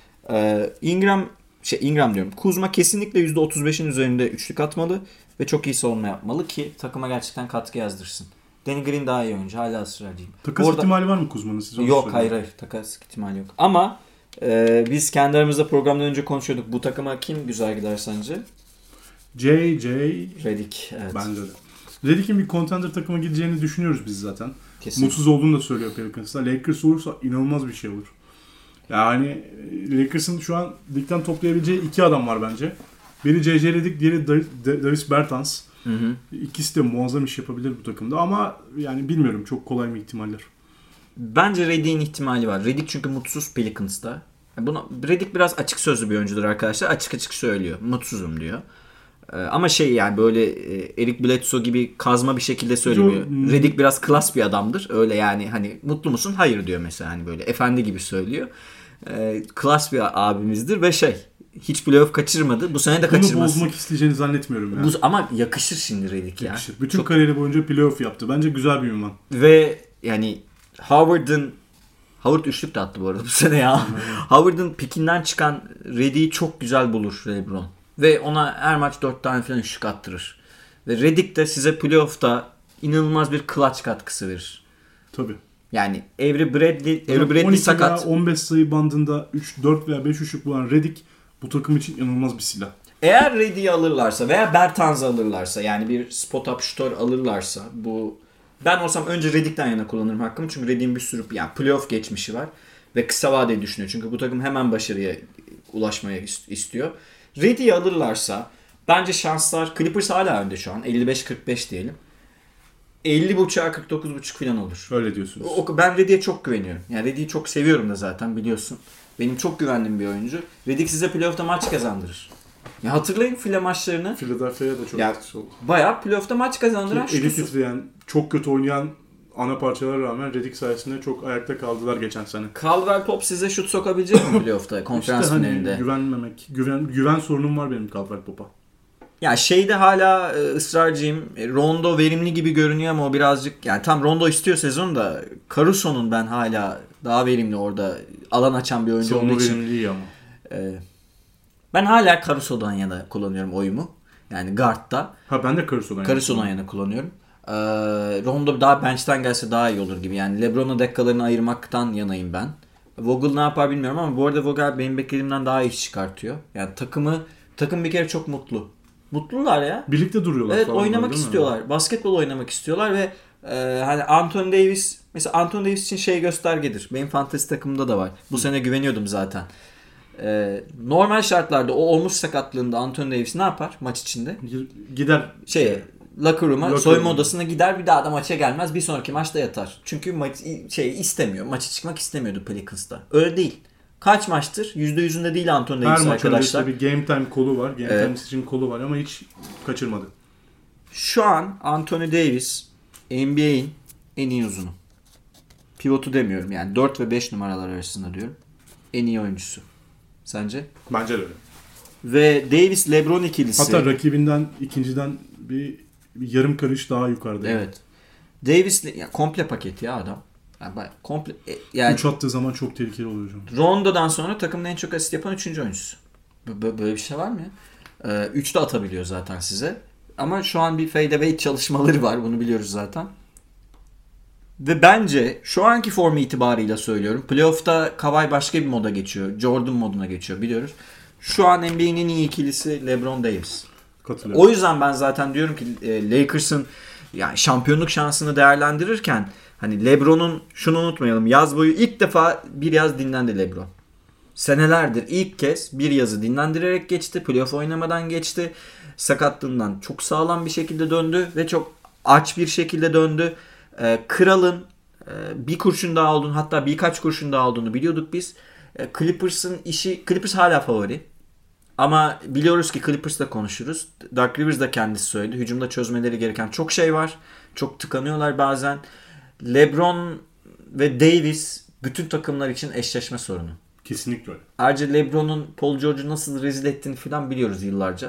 Speaker 2: Ingram diyorum. Kuzma kesinlikle %35'in üzerinde üçlük atmalı ve çok iyi savunma yapmalı ki takıma gerçekten katkı yazdırsın. Danny Green daha iyi oyuncu. Hala ısrarcıyım.
Speaker 1: Takas ihtimali var mı Kuzma'nın? Siz onu
Speaker 2: Yok,
Speaker 1: söyleyin.
Speaker 2: hayır. Takas ihtimali yok. Ama biz kendi aramızda programdan önce konuşuyorduk. Bu takıma kim güzel gider sence?
Speaker 1: J.J.
Speaker 2: Redick. Evet.
Speaker 1: Bence de. Redick'in bir contender takıma gideceğini düşünüyoruz biz zaten.
Speaker 2: Kesin.
Speaker 1: Mutsuz olduğunu da söylüyor Pelicans'ta. Lakers olursa inanılmaz bir şey olur. Yani Lakers'ın şu an ligden toplayabileceği iki adam var bence. Biri J.J. Redick, diğeri Davis Bertans.
Speaker 2: Hı hı.
Speaker 1: İkisi de muazzam iş yapabilir bu takımda ama yani bilmiyorum çok kolay mı ihtimaller.
Speaker 2: Bence Redick'in ihtimali var. Redick çünkü mutsuz Pelicans'ta. Redick biraz açık sözlü bir oyuncudur arkadaşlar. Açık açık söylüyor. Mutsuzum diyor. Ama yani böyle Eric Bledsoe gibi kazma bir şekilde söylemiyor. Redick biraz klas bir adamdır. Öyle yani hani mutlu musun? Hayır diyor mesela, hani böyle efendi gibi söylüyor. Klas bir abimizdir ve hiç playoff kaçırmadı. Bu sene de
Speaker 1: Bunu
Speaker 2: kaçırmaz.
Speaker 1: bozmak isteyeceğini zannetmiyorum ya.
Speaker 2: Ama yakışır şimdi Redick ya.
Speaker 1: Yakışır. Bütün kariyeri boyunca playoff yaptı. Bence güzel bir ünvan.
Speaker 2: Ve yani Howard üçlük de attı bu arada bu sene ya. Howard'ın pikinden çıkan Redick'i çok güzel bulur LeBron. Ve ona her maç 4 tane falan üçlük attırır. Ve Redick de size playoff'ta inanılmaz bir clutch katkısı verir.
Speaker 1: Tabii.
Speaker 2: Yani Avery Bradley sakat.
Speaker 1: 12 veya 15 sayı bandında 4 veya 5 üçlük bulan Redick bu takım için inanılmaz bir silah.
Speaker 2: Eğer Redick'i alırlarsa veya Bertans'ı alırlarsa, yani bir spot up şutör alırlarsa, ben olsam önce Redick'ten yana kullanırım hakkımı. Çünkü Redick'in bir sürü playoff geçmişi var. Ve kısa vadeli düşünüyor. Çünkü bu takım hemen başarıya ulaşmaya istiyor. Redick'i alırlarsa bence şanslar, Clippers hala önde şu an. 55-45 diyelim. 50.5'a 49.5 falan olur.
Speaker 1: Öyle diyorsunuz.
Speaker 2: Ben Redick'e çok güveniyorum. Yani Redick'i çok seviyorum da zaten biliyorsun. Benim çok güvendiğim bir oyuncu. Redick size playoff'ta maç kazandırır. Ya hatırlayın file maçlarını.
Speaker 1: Philadelphia'ya da çok etkisi oldu.
Speaker 2: Bayağı playoff'ta maç kazandıran
Speaker 1: Eli
Speaker 2: şutusu.
Speaker 1: titreyen, çok kötü oynayan ana parçalara rağmen Redick sayesinde çok ayakta kaldılar geçen sene.
Speaker 2: Caldwell Pope size şut sokabilecek mi playoff'ta, konferans
Speaker 1: İşte
Speaker 2: finalinde?
Speaker 1: güven sorunum var benim Caldwell Pope'a.
Speaker 2: Ya hala ısrarcıyım. Rondo verimli gibi görünüyor ama o birazcık, yani tam Rondo istiyor sezon da Caruso'nun ben hala daha verimli orada alan açan bir oyuncu olduğu
Speaker 1: Savunma
Speaker 2: için.
Speaker 1: verimliliği iyi ama.
Speaker 2: Ben hala Caruso'dan yana kullanıyorum oyumu. Yani guard'da.
Speaker 1: Ben de
Speaker 2: Caruso'dan yana kullanıyorum. Rondo daha bench'ten gelse daha iyi olur gibi. Yani LeBron'a dakikalarını ayırmaktan yanayım ben. Vogel ne yapar bilmiyorum ama bu arada Vogel benim beklediğimden daha iyi iş çıkartıyor. Yani takım bir kere çok mutlu. Mutlular ya.
Speaker 1: Birlikte duruyorlar.
Speaker 2: Evet,
Speaker 1: falan
Speaker 2: oynamak
Speaker 1: değil mi?
Speaker 2: istiyorlar. Basketbol oynamak istiyorlar ve hani Anthony Davis, mesela Anthony Davis için göstergedir. Benim fantasy takımımda da var. Bu sene güveniyordum zaten. Normal şartlarda o omuz sakatlığında Anthony Davis ne yapar maç içinde?
Speaker 1: Gider.
Speaker 2: Locker room'a,
Speaker 1: Locker
Speaker 2: soyunma
Speaker 1: room.
Speaker 2: odasına gider, bir daha da maça gelmez. Bir sonraki maçta yatar. Çünkü istemiyor. Maça çıkmak istemiyordu Pelicans'ta. Öyle değil. Kaç maçtır? %100'ünde değil Anthony Davis
Speaker 1: Her maç
Speaker 2: arkadaşlar.
Speaker 1: işte bir game time kolu var. Game time için kolu var ama hiç kaçırmadı.
Speaker 2: Şu an Anthony Davis NBA'in en iyi uzunu. Pivotu demiyorum yani. 4 ve 5 numaralar arasında diyorum. En iyi oyuncusu. Sence?
Speaker 1: Bence de öyle.
Speaker 2: Ve Davis LeBron ikilisi.
Speaker 1: Hatta rakibinden, ikinciden bir yarım karış daha yukarıda.
Speaker 2: Evet. Davis komple paket ya adam. Yani komple yani
Speaker 1: 3 attığı zaman çok tehlikeli oluyor hocam.
Speaker 2: Rondo'dan sonra takımın en çok asist yapan 3. oyuncusu. Böyle bir şey var mı ya? 3 de atabiliyor zaten size. Ama şu an bir fadeaway çalışmaları var. Bunu biliyoruz zaten. Ve bence şu anki formu itibarıyla söylüyorum. Playoff'ta Kawhi başka bir moda geçiyor. Jordan moduna geçiyor biliyoruz. Şu an NBA'nin en iyi ikilisi LeBron Davis. O yüzden ben zaten diyorum ki Lakers'ın yani şampiyonluk şansını değerlendirirken hani LeBron'un, şunu unutmayalım, yaz boyu ilk defa bir yaz dinlendi LeBron. Senelerdir ilk kez bir yazı dinlendirerek geçti. Playoff oynamadan geçti. Sakatlığından çok sağlam bir şekilde döndü ve çok aç bir şekilde döndü. Kral'ın bir kurşun daha olduğunu, hatta birkaç kurşun daha olduğunu biliyorduk biz. Clippers hala favori. Ama biliyoruz ki Clippers'la konuşuruz. Doug Rivers da kendisi söyledi. Hücumda çözmeleri gereken çok şey var. Çok tıkanıyorlar bazen. LeBron ve Davis bütün takımlar için eşleşme sorunu.
Speaker 1: Kesinlikle öyle.
Speaker 2: Ayrıca LeBron'un Paul George'u nasıl rezil ettiğini falan biliyoruz yıllarca.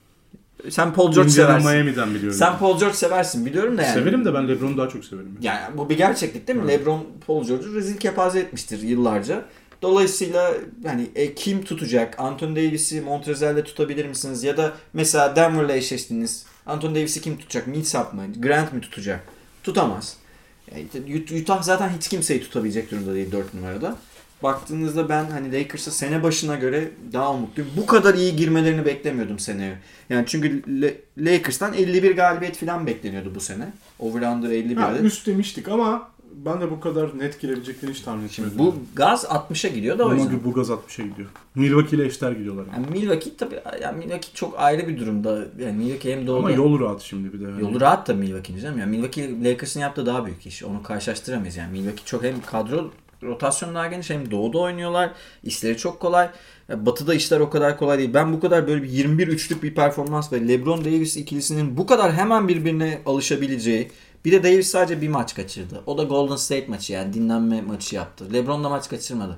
Speaker 2: Sen Paul George seversin.
Speaker 1: Miami'den biliyorum.
Speaker 2: Sen Paul George seversin biliyorum da yani.
Speaker 1: Severim de ben LeBron'u daha çok severim.
Speaker 2: Yani bu bir gerçeklik değil mi? Evet. LeBron Paul George'u rezil kepaze etmiştir yıllarca. Dolayısıyla yani kim tutacak? Anthony Davis'i Montrezl'le tutabilir misiniz? Ya da mesela Denver'la eşleştiniz. Anthony Davis'i kim tutacak? Millsap mı? Grant mi tutacak? Tutamaz. Yani Utah zaten hiç kimseyi tutabilecek durumda değil 4 numarada. Baktığınızda ben hani Lakers'a sene başına göre daha umutluyum. Bu kadar iyi girmelerini beklemiyordum seneye. Yani çünkü Lakers'tan 51 galibiyet falan bekleniyordu bu sene. Over-under 51 adet.
Speaker 1: Üst demiştik ama ben de bu kadar net girebileceklerini hiç tahmin etmiyordum.
Speaker 2: Bu gaz 60'a gidiyor da o yüzden.
Speaker 1: Bu gaz 60'a gidiyor. Milwaukee ile eşler gidiyorlar.
Speaker 2: Yani Milwaukee tabii, yani Milwaukee çok ayrı bir durumda. Yani Milwaukee hem doğdu.
Speaker 1: Ama yolu rahat şimdi bir de.
Speaker 2: Yolu rahat da Milwaukee'nin canım. Yani Milwaukee Lakers'ın yaptığı daha büyük iş. Onu karşılaştıramayız yani. Milwaukee çok hem kadro rotasyon daha geniş hem doğuda oynuyorlar. İşleri çok kolay. Batı'da işler o kadar kolay değil. Ben bu kadar böyle bir 21-3'lük bir performans ve LeBron Davis ikilisinin bu kadar hemen birbirine alışabileceği. Bir de Davis sadece bir maç kaçırdı. O da Golden State maçı, yani dinlenme maçı yaptı. LeBron da maç kaçırmadı.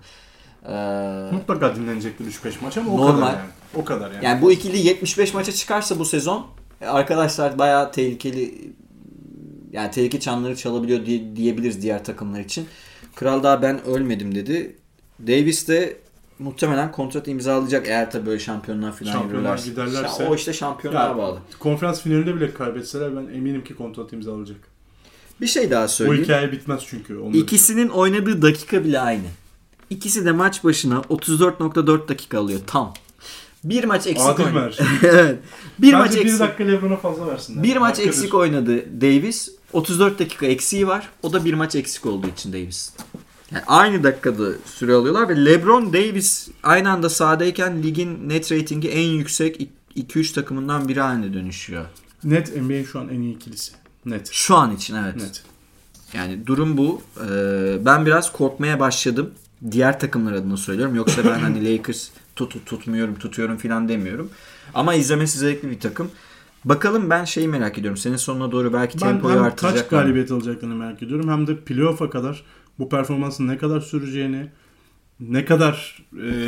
Speaker 1: Mutlaka dinlenecektir 3-5 maç ama
Speaker 2: normal.
Speaker 1: O kadar yani. O kadar yani.
Speaker 2: Yani bu ikili 75 maça çıkarsa bu sezon arkadaşlar bayağı tehlikeli, yani tehlike çanları çalabiliyor diyebiliriz diğer takımlar için. Kral daha ben ölmedim dedi. Davis de muhtemelen kontrat imzalayacak eğer tabii böyle şampiyonluğa falan
Speaker 1: giderlerse.
Speaker 2: O işte şampiyonluğa bağlı.
Speaker 1: Konferans finalinde bile kaybetseler ben eminim ki kontrat imzalayacak.
Speaker 2: Bir şey daha söyleyeyim.
Speaker 1: Bu hikaye bitmez çünkü.
Speaker 2: İkisinin oynadığı dakika bile aynı. İkisi de maç başına 34.4 dakika alıyor tam. Bir maç eksik oynadı.
Speaker 1: Evet.
Speaker 2: Bir maç eksik.
Speaker 1: Bir dakika LeBron'a fazla versinler.
Speaker 2: Bir maç eksik oynadı Davis. 34 dakika eksiği var. O da bir maç eksik olduğu için Davis. Yani aynı dakikada süre alıyorlar ve LeBron Davis aynı anda sahadayken ligin net ratingi en yüksek 2-3 takımından biri haline dönüşüyor.
Speaker 1: Net NBA'in şu an en iyi ikilisi. Net.
Speaker 2: Şu an için evet.
Speaker 1: Net.
Speaker 2: Yani durum bu. Ben biraz korkmaya başladım. Diğer takımlar adına söylüyorum. Yoksa ben hani Lakers tutuyorum filan demiyorum. Ama izlemesi zevkli bir takım. Bakalım, ben şeyi merak ediyorum. Senin sonuna doğru belki tempoyu artıracaklar.
Speaker 1: Kaç galibiyet alacaklarını merak ediyorum. Hem de playoff'a kadar bu performansın ne kadar süreceğini, ne kadar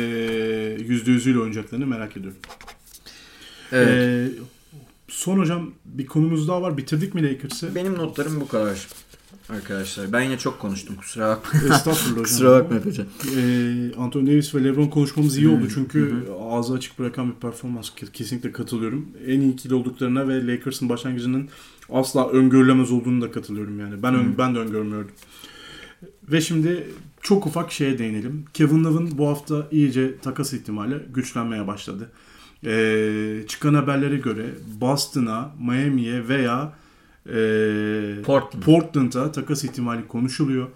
Speaker 1: %100'üyle oynayacaklarını merak ediyorum.
Speaker 2: Evet.
Speaker 1: Son hocam bir konumuz daha var. Bitirdik mi Lakers'ı?
Speaker 2: Benim notlarım bu kadar arkadaşlar. Ben yine çok konuştum. Kusura bakma.
Speaker 1: Estağfurullah hocam.
Speaker 2: Kusura bakma hocam.
Speaker 1: Anthony Davis ve LeBron konuşmamız iyi oldu. Çünkü ağzı açık bırakan bir performans. Kesinlikle katılıyorum. En iyi ikili olduklarına ve Lakers'ın başlangıcının asla öngörülemez olduğunu da katılıyorum yani. Ben de öngörmüyordum. Ve şimdi çok ufak şeye değinelim. Kevin Love'ın bu hafta iyice takas ihtimali güçlenmeye başladı. Çıkan haberlere göre Boston'a, Miami'ye veya Portland'a takas ihtimali konuşuluyor.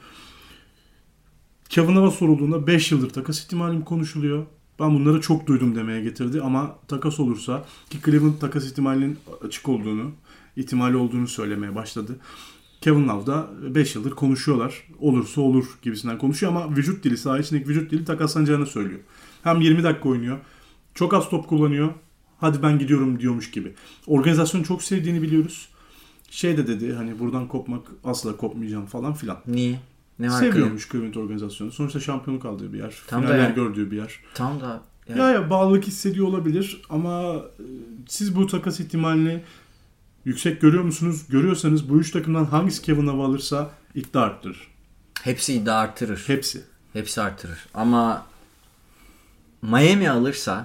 Speaker 1: Kevin Love'a sorulduğunda 5 yıldır takas ihtimalim konuşuluyor. Ben bunları çok duydum demeye getirdi ama takas olursa, ki Cleveland takas ihtimalinin açık ihtimali olduğunu söylemeye başladı. Kevin Love'da 5 yıldır konuşuyorlar. Olursa olur gibisinden konuşuyor ama vücut dili, saha içindeki vücut dili takaslanacağını söylüyor. Hem 20 dakika oynuyor. Çok az top kullanıyor. Hadi ben gidiyorum diyormuş gibi. Organizasyonu çok sevdiğini biliyoruz. Şey de dedi, hani buradan kopmak, asla kopmayacağım falan filan.
Speaker 2: Niye? Ne var?
Speaker 1: Seviyormuş Cleveland organizasyonu. Sonuçta şampiyonluk aldığı bir yer.
Speaker 2: Tam
Speaker 1: finaller gördüğü bir yer.
Speaker 2: Tam da.
Speaker 1: Ya bağlılık hissediyor olabilir ama siz bu takas ihtimalini yüksek görüyor musunuz? Görüyorsanız bu üç takımdan hangisi Kevin Love alırsa iddia arttırır.
Speaker 2: Hepsi iddia arttırır.
Speaker 1: Hepsi
Speaker 2: arttırır. Ama Miami alırsa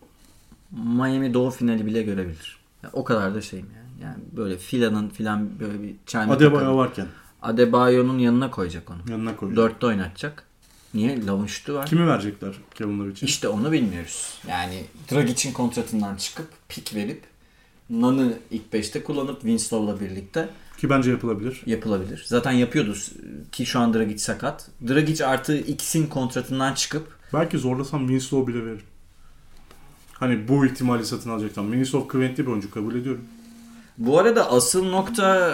Speaker 2: Miami doğu finali bile görebilir. Yani o kadar da şeyim yani. Yani böyle filan böyle bir çayma
Speaker 1: Adebayo varken.
Speaker 2: Adebayo'nun yanına koyacak onu.
Speaker 1: Yanına koyacak.
Speaker 2: 4'te oynatacak. Niye? Love'ın şutu var.
Speaker 1: Kimi verecekler Kevin Love için?
Speaker 2: İşte onu bilmiyoruz. Yani Dragic'in kontratından çıkıp pik verip Nun'ı ilk 5'te kullanıp Winslow'la birlikte
Speaker 1: Ki bence yapılabilir.
Speaker 2: Yapılabilir. Zaten yapıyordu ki şu an Dragic sakat. Dragic artı X'in kontratından çıkıp
Speaker 1: Belki zorlasam Winslow bile veririm. Hani bu ihtimali satın alacaksam. Winslow kıymetli bir oyuncu, kabul ediyorum.
Speaker 2: bu arada asıl nokta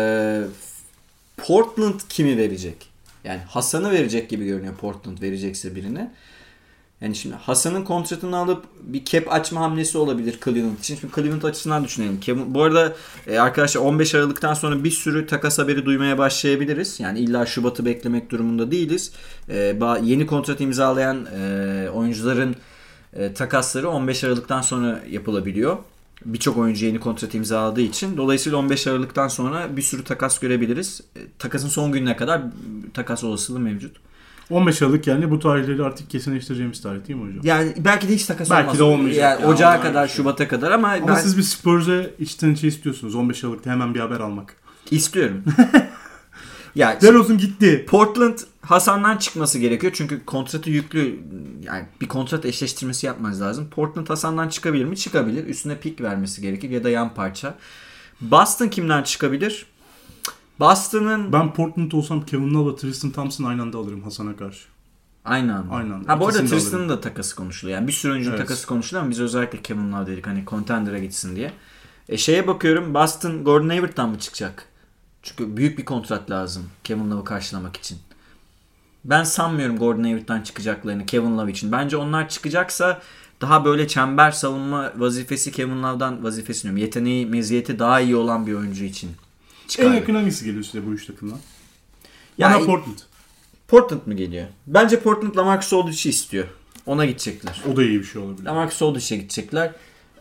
Speaker 2: Portland kimi verecek? Yani Hasan'ı verecek gibi görünüyor Portland verecekse birine. Yani şimdi Hasan'ın kontratını alıp bir cap açma hamlesi olabilir Cleveland için. Şimdi Cleveland açısından düşünelim. Bu arada arkadaşlar 15 Aralık'tan sonra bir sürü takas haberi duymaya başlayabiliriz. Yani illa Şubat'ı beklemek durumunda değiliz. Yeni kontrat imzalayan oyuncuların takasları 15 Aralık'tan sonra yapılabiliyor. Birçok oyuncu yeni kontrat imzaladığı için. Dolayısıyla 15 Aralık'tan sonra bir sürü takas görebiliriz. Takasın son gününe kadar takas olasılığı mevcut.
Speaker 1: 15 Aralık yani bu tarihleri artık kesinleştireceğimiz tarih değil mi hocam?
Speaker 2: Yani belki de hiç takas
Speaker 1: belki
Speaker 2: olmaz.
Speaker 1: De olmayacak.
Speaker 2: Yani Ocağa kadar, Şubat'a kadar ama
Speaker 1: siz bir Spurs'e içten içe istiyorsunuz 15 Aralık'ta hemen bir haber almak.
Speaker 2: İstiyorum. Yani
Speaker 1: DeRozan gitti.
Speaker 2: Portland Hasan'dan çıkması gerekiyor çünkü kontratı yüklü, yani bir kontrat eşleştirmesi yapmanız lazım. Portland Hasan'dan çıkabilir mi? Çıkabilir. Üstüne pick vermesi gerekir ya da yan parça. Boston kimden çıkabilir? Boston'ın...
Speaker 1: Ben Portland olsam Kevin Love'la Tristan Thompson aynı anda alırım Hasan'a karşı.
Speaker 2: Aynı anda.
Speaker 1: Aynı anda.
Speaker 2: Bu arada Tristan'ın da takası konuşuluyor. Yani bir sürü oyuncunun
Speaker 1: evet.
Speaker 2: takası konuşuluyor ama biz özellikle Kevin Love dedik hani contender'a gitsin diye. Şeye bakıyorum, Boston Gordon Hayward'dan mı çıkacak? Çünkü büyük bir kontrat lazım Kevin Love'ı karşılamak için. Ben sanmıyorum Gordon Hayward'dan çıkacaklarını Kevin Love için. Bence onlar çıkacaksa daha böyle çember savunma vazifesi Kevin Love'dan, vazifesi diyorum, yeteneği, meziyeti daha iyi olan bir oyuncu için çıkar.
Speaker 1: En yakın hangisi geliyor size bu üç takımdan?
Speaker 2: Yani,
Speaker 1: bana Portland.
Speaker 2: Portland mı geliyor? Bence Portland LaMarcus Aldridge'i istiyor. Ona gidecekler.
Speaker 1: O da iyi bir şey olabilir.
Speaker 2: LaMarcus Aldridge'e gidecekler.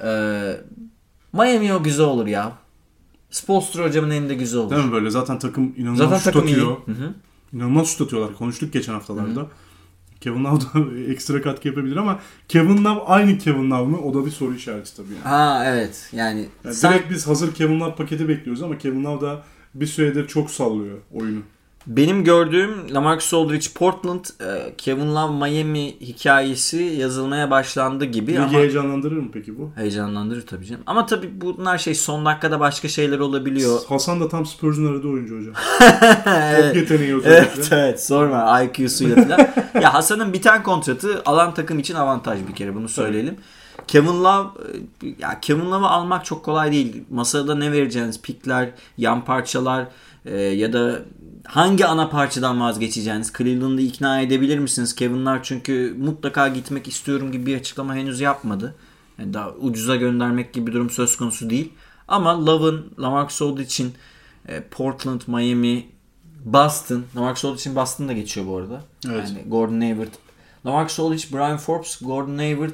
Speaker 2: Miami o güzel olur ya. Spoelstra hocamın elinde güzel olur.
Speaker 1: Değil mi böyle? Zaten takım inanılmaz şut atıyor.
Speaker 2: Hı-hı.
Speaker 1: İnanılmaz şut atıyorlar. Konuştuk geçen haftalarda. Hı-hı. Kevin Love da ekstra katkı yapabilir ama Kevin Love aynı Kevin Love mı? O da bir soru işareti tabii yani.
Speaker 2: Ha evet. Yani
Speaker 1: direkt biz hazır Kevin Love paketi bekliyoruz ama Kevin Love da bir süredir çok sallıyor oyunu.
Speaker 2: Benim gördüğüm LaMarcus Aldridge Portland, Kevin Love Miami hikayesi yazılmaya başlandı gibi.
Speaker 1: Ligi
Speaker 2: ama
Speaker 1: heyecanlandırır mı peki bu?
Speaker 2: Heyecanlandırır tabii canım. Ama tabii bunlar son dakikada başka şeyler olabiliyor.
Speaker 1: Hasan da tam Spurs'un aradığı oyuncu hocam. Çok yeteneği özellikle.
Speaker 2: Evet sorma IQ'suyla falan. Ya Hasan'ın biten kontratı alan takım için avantaj bir kere, bunu söyleyelim. Evet. Kevin Love'ı almak çok kolay değil. Masada ne vereceğiniz, pikler, yan parçalar ya da hangi ana parçadan vazgeçeceğiniz, Cleveland'ı ikna edebilir misiniz? Kevin Love çünkü mutlaka gitmek istiyorum gibi bir açıklama henüz yapmadı. Yani daha ucuza göndermek gibi bir durum söz konusu değil. Ama Love'ın, LaMarcus Aldridge için Portland, Miami, Boston, LaMarcus Aldridge için Boston'da geçiyor bu arada.
Speaker 1: Evet.
Speaker 2: Yani Gordon Hayward, LaMarcus Aldridge, Brian Forbes, Gordon Hayward,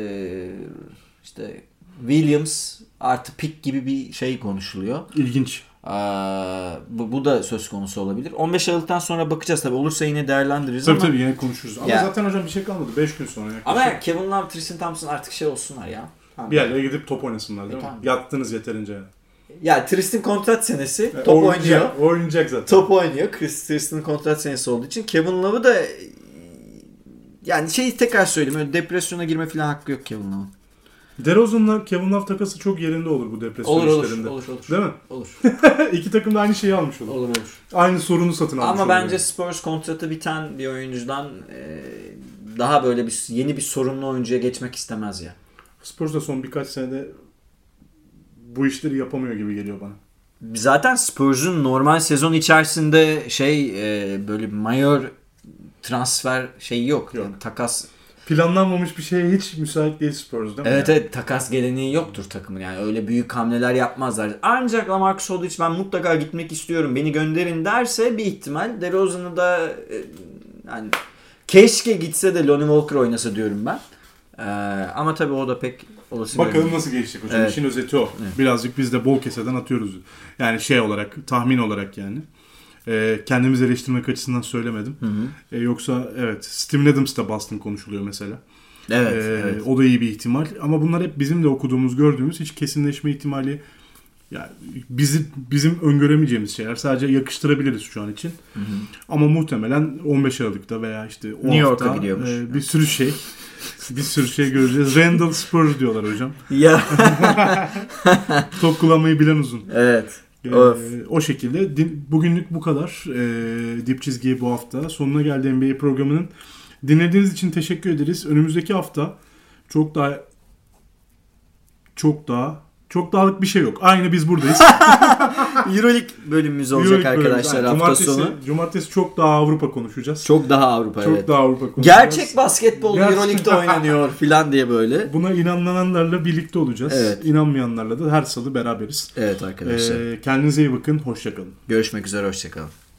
Speaker 2: işte Williams artı pick gibi bir şey konuşuluyor.
Speaker 1: İlginç.
Speaker 2: Bu da söz konusu olabilir. 15 Aralık'tan sonra bakacağız tabii. Olursa yine değerlendiririz
Speaker 1: tabii yine konuşuruz. Ama zaten hocam bir şey kalmadı. 5 gün sonra yaklaşık.
Speaker 2: Ama Kevin Love, Tristan Thompson artık olsunlar ya.
Speaker 1: Bir yerlere gidip top oynasınlar değil mi?
Speaker 2: Tamam.
Speaker 1: Yattınız yeterince.
Speaker 2: Ya Tristan kontrat senesi. Top oynuyor.
Speaker 1: Oynayacak zaten.
Speaker 2: Top oynuyor. Tristan'ın kontrat senesi olduğu için. Kevin Love'ı da yani tekrar söyleyeyim. Öyle depresyona girme falan hakkı yok Kevin Love'ın.
Speaker 1: DeRozan'la Kevin Love takası çok yerinde olur bu depresyon işlerinde.
Speaker 2: Olur.
Speaker 1: Değil mi?
Speaker 2: Olur.
Speaker 1: İki takım da aynı şeyi almış olur.
Speaker 2: Olur.
Speaker 1: Aynı sorunu satın almış olur.
Speaker 2: Ama bence Spurs kontratı biten bir oyuncudan daha böyle yeni bir sorunlu oyuncuya geçmek istemez ya.
Speaker 1: Spurs da son birkaç senede bu işleri yapamıyor gibi geliyor bana.
Speaker 2: Zaten Spurs'un normal sezon içerisinde böyle major transfer yok. Yani takas
Speaker 1: planlanmamış bir şeye hiç müsait değil Spurs değil mi?
Speaker 2: Evet, takas geleneği yoktur takımın. Yani öyle büyük hamleler yapmazlar. Ancak LaMarcus Aldridge ben mutlaka gitmek istiyorum, beni gönderin derse bir ihtimal. DeRozan'ı da yani keşke gitse de Lonnie Walker oynasa diyorum ben. Ama tabii o da pek olası
Speaker 1: bakalım
Speaker 2: görünüyor.
Speaker 1: Nasıl gelişecek hocam.
Speaker 2: Evet.
Speaker 1: İşin özeti o. Evet. Birazcık biz de bol keseden atıyoruz. Yani olarak, tahmin olarak yani. Kendimizi eleştirmek açısından söylemedim. Yoksa evet, Steven Adams da Boston konuşuluyor mesela.
Speaker 2: Evet.
Speaker 1: O da iyi bir ihtimal. Ama bunlar hep bizim de okuduğumuz, gördüğümüz, hiç kesinleşme ihtimali Yani bizim öngöremeyeceğimiz şeyler. Sadece yakıştırabiliriz şu an için.
Speaker 2: Hı hı.
Speaker 1: Ama muhtemelen 15 Aralık'ta veya işte o
Speaker 2: New York'a
Speaker 1: hafta
Speaker 2: gidiyormuş.
Speaker 1: bir sürü şey göreceğiz. Randall Spurs diyorlar hocam.
Speaker 2: Ya.
Speaker 1: Top kullanmayı bilen uzun.
Speaker 2: Evet.
Speaker 1: O şekilde bugünlük bu kadar. Dip çizgiye bu hafta sonuna geldi NBA programının. Dinlediğiniz için teşekkür ederiz. Önümüzdeki hafta çok dağlık bir şey yok. Aynı biz buradayız.
Speaker 2: Euroleague bölümümüz olacak arkadaşlar hafta sonu.
Speaker 1: Cumartesi çok daha Avrupa konuşacağız.
Speaker 2: Çok daha Avrupa, evet.
Speaker 1: Çok daha Avrupa konuşacağız.
Speaker 2: Gerçek basketbol Euroleague'de oynanıyor filan diye böyle.
Speaker 1: Buna inananlarla birlikte olacağız.
Speaker 2: Evet.
Speaker 1: İnanmayanlarla da her salı beraberiz.
Speaker 2: Evet arkadaşlar.
Speaker 1: Kendinize iyi bakın. Hoşça kalın.
Speaker 2: Görüşmek üzere, hoşça kalın.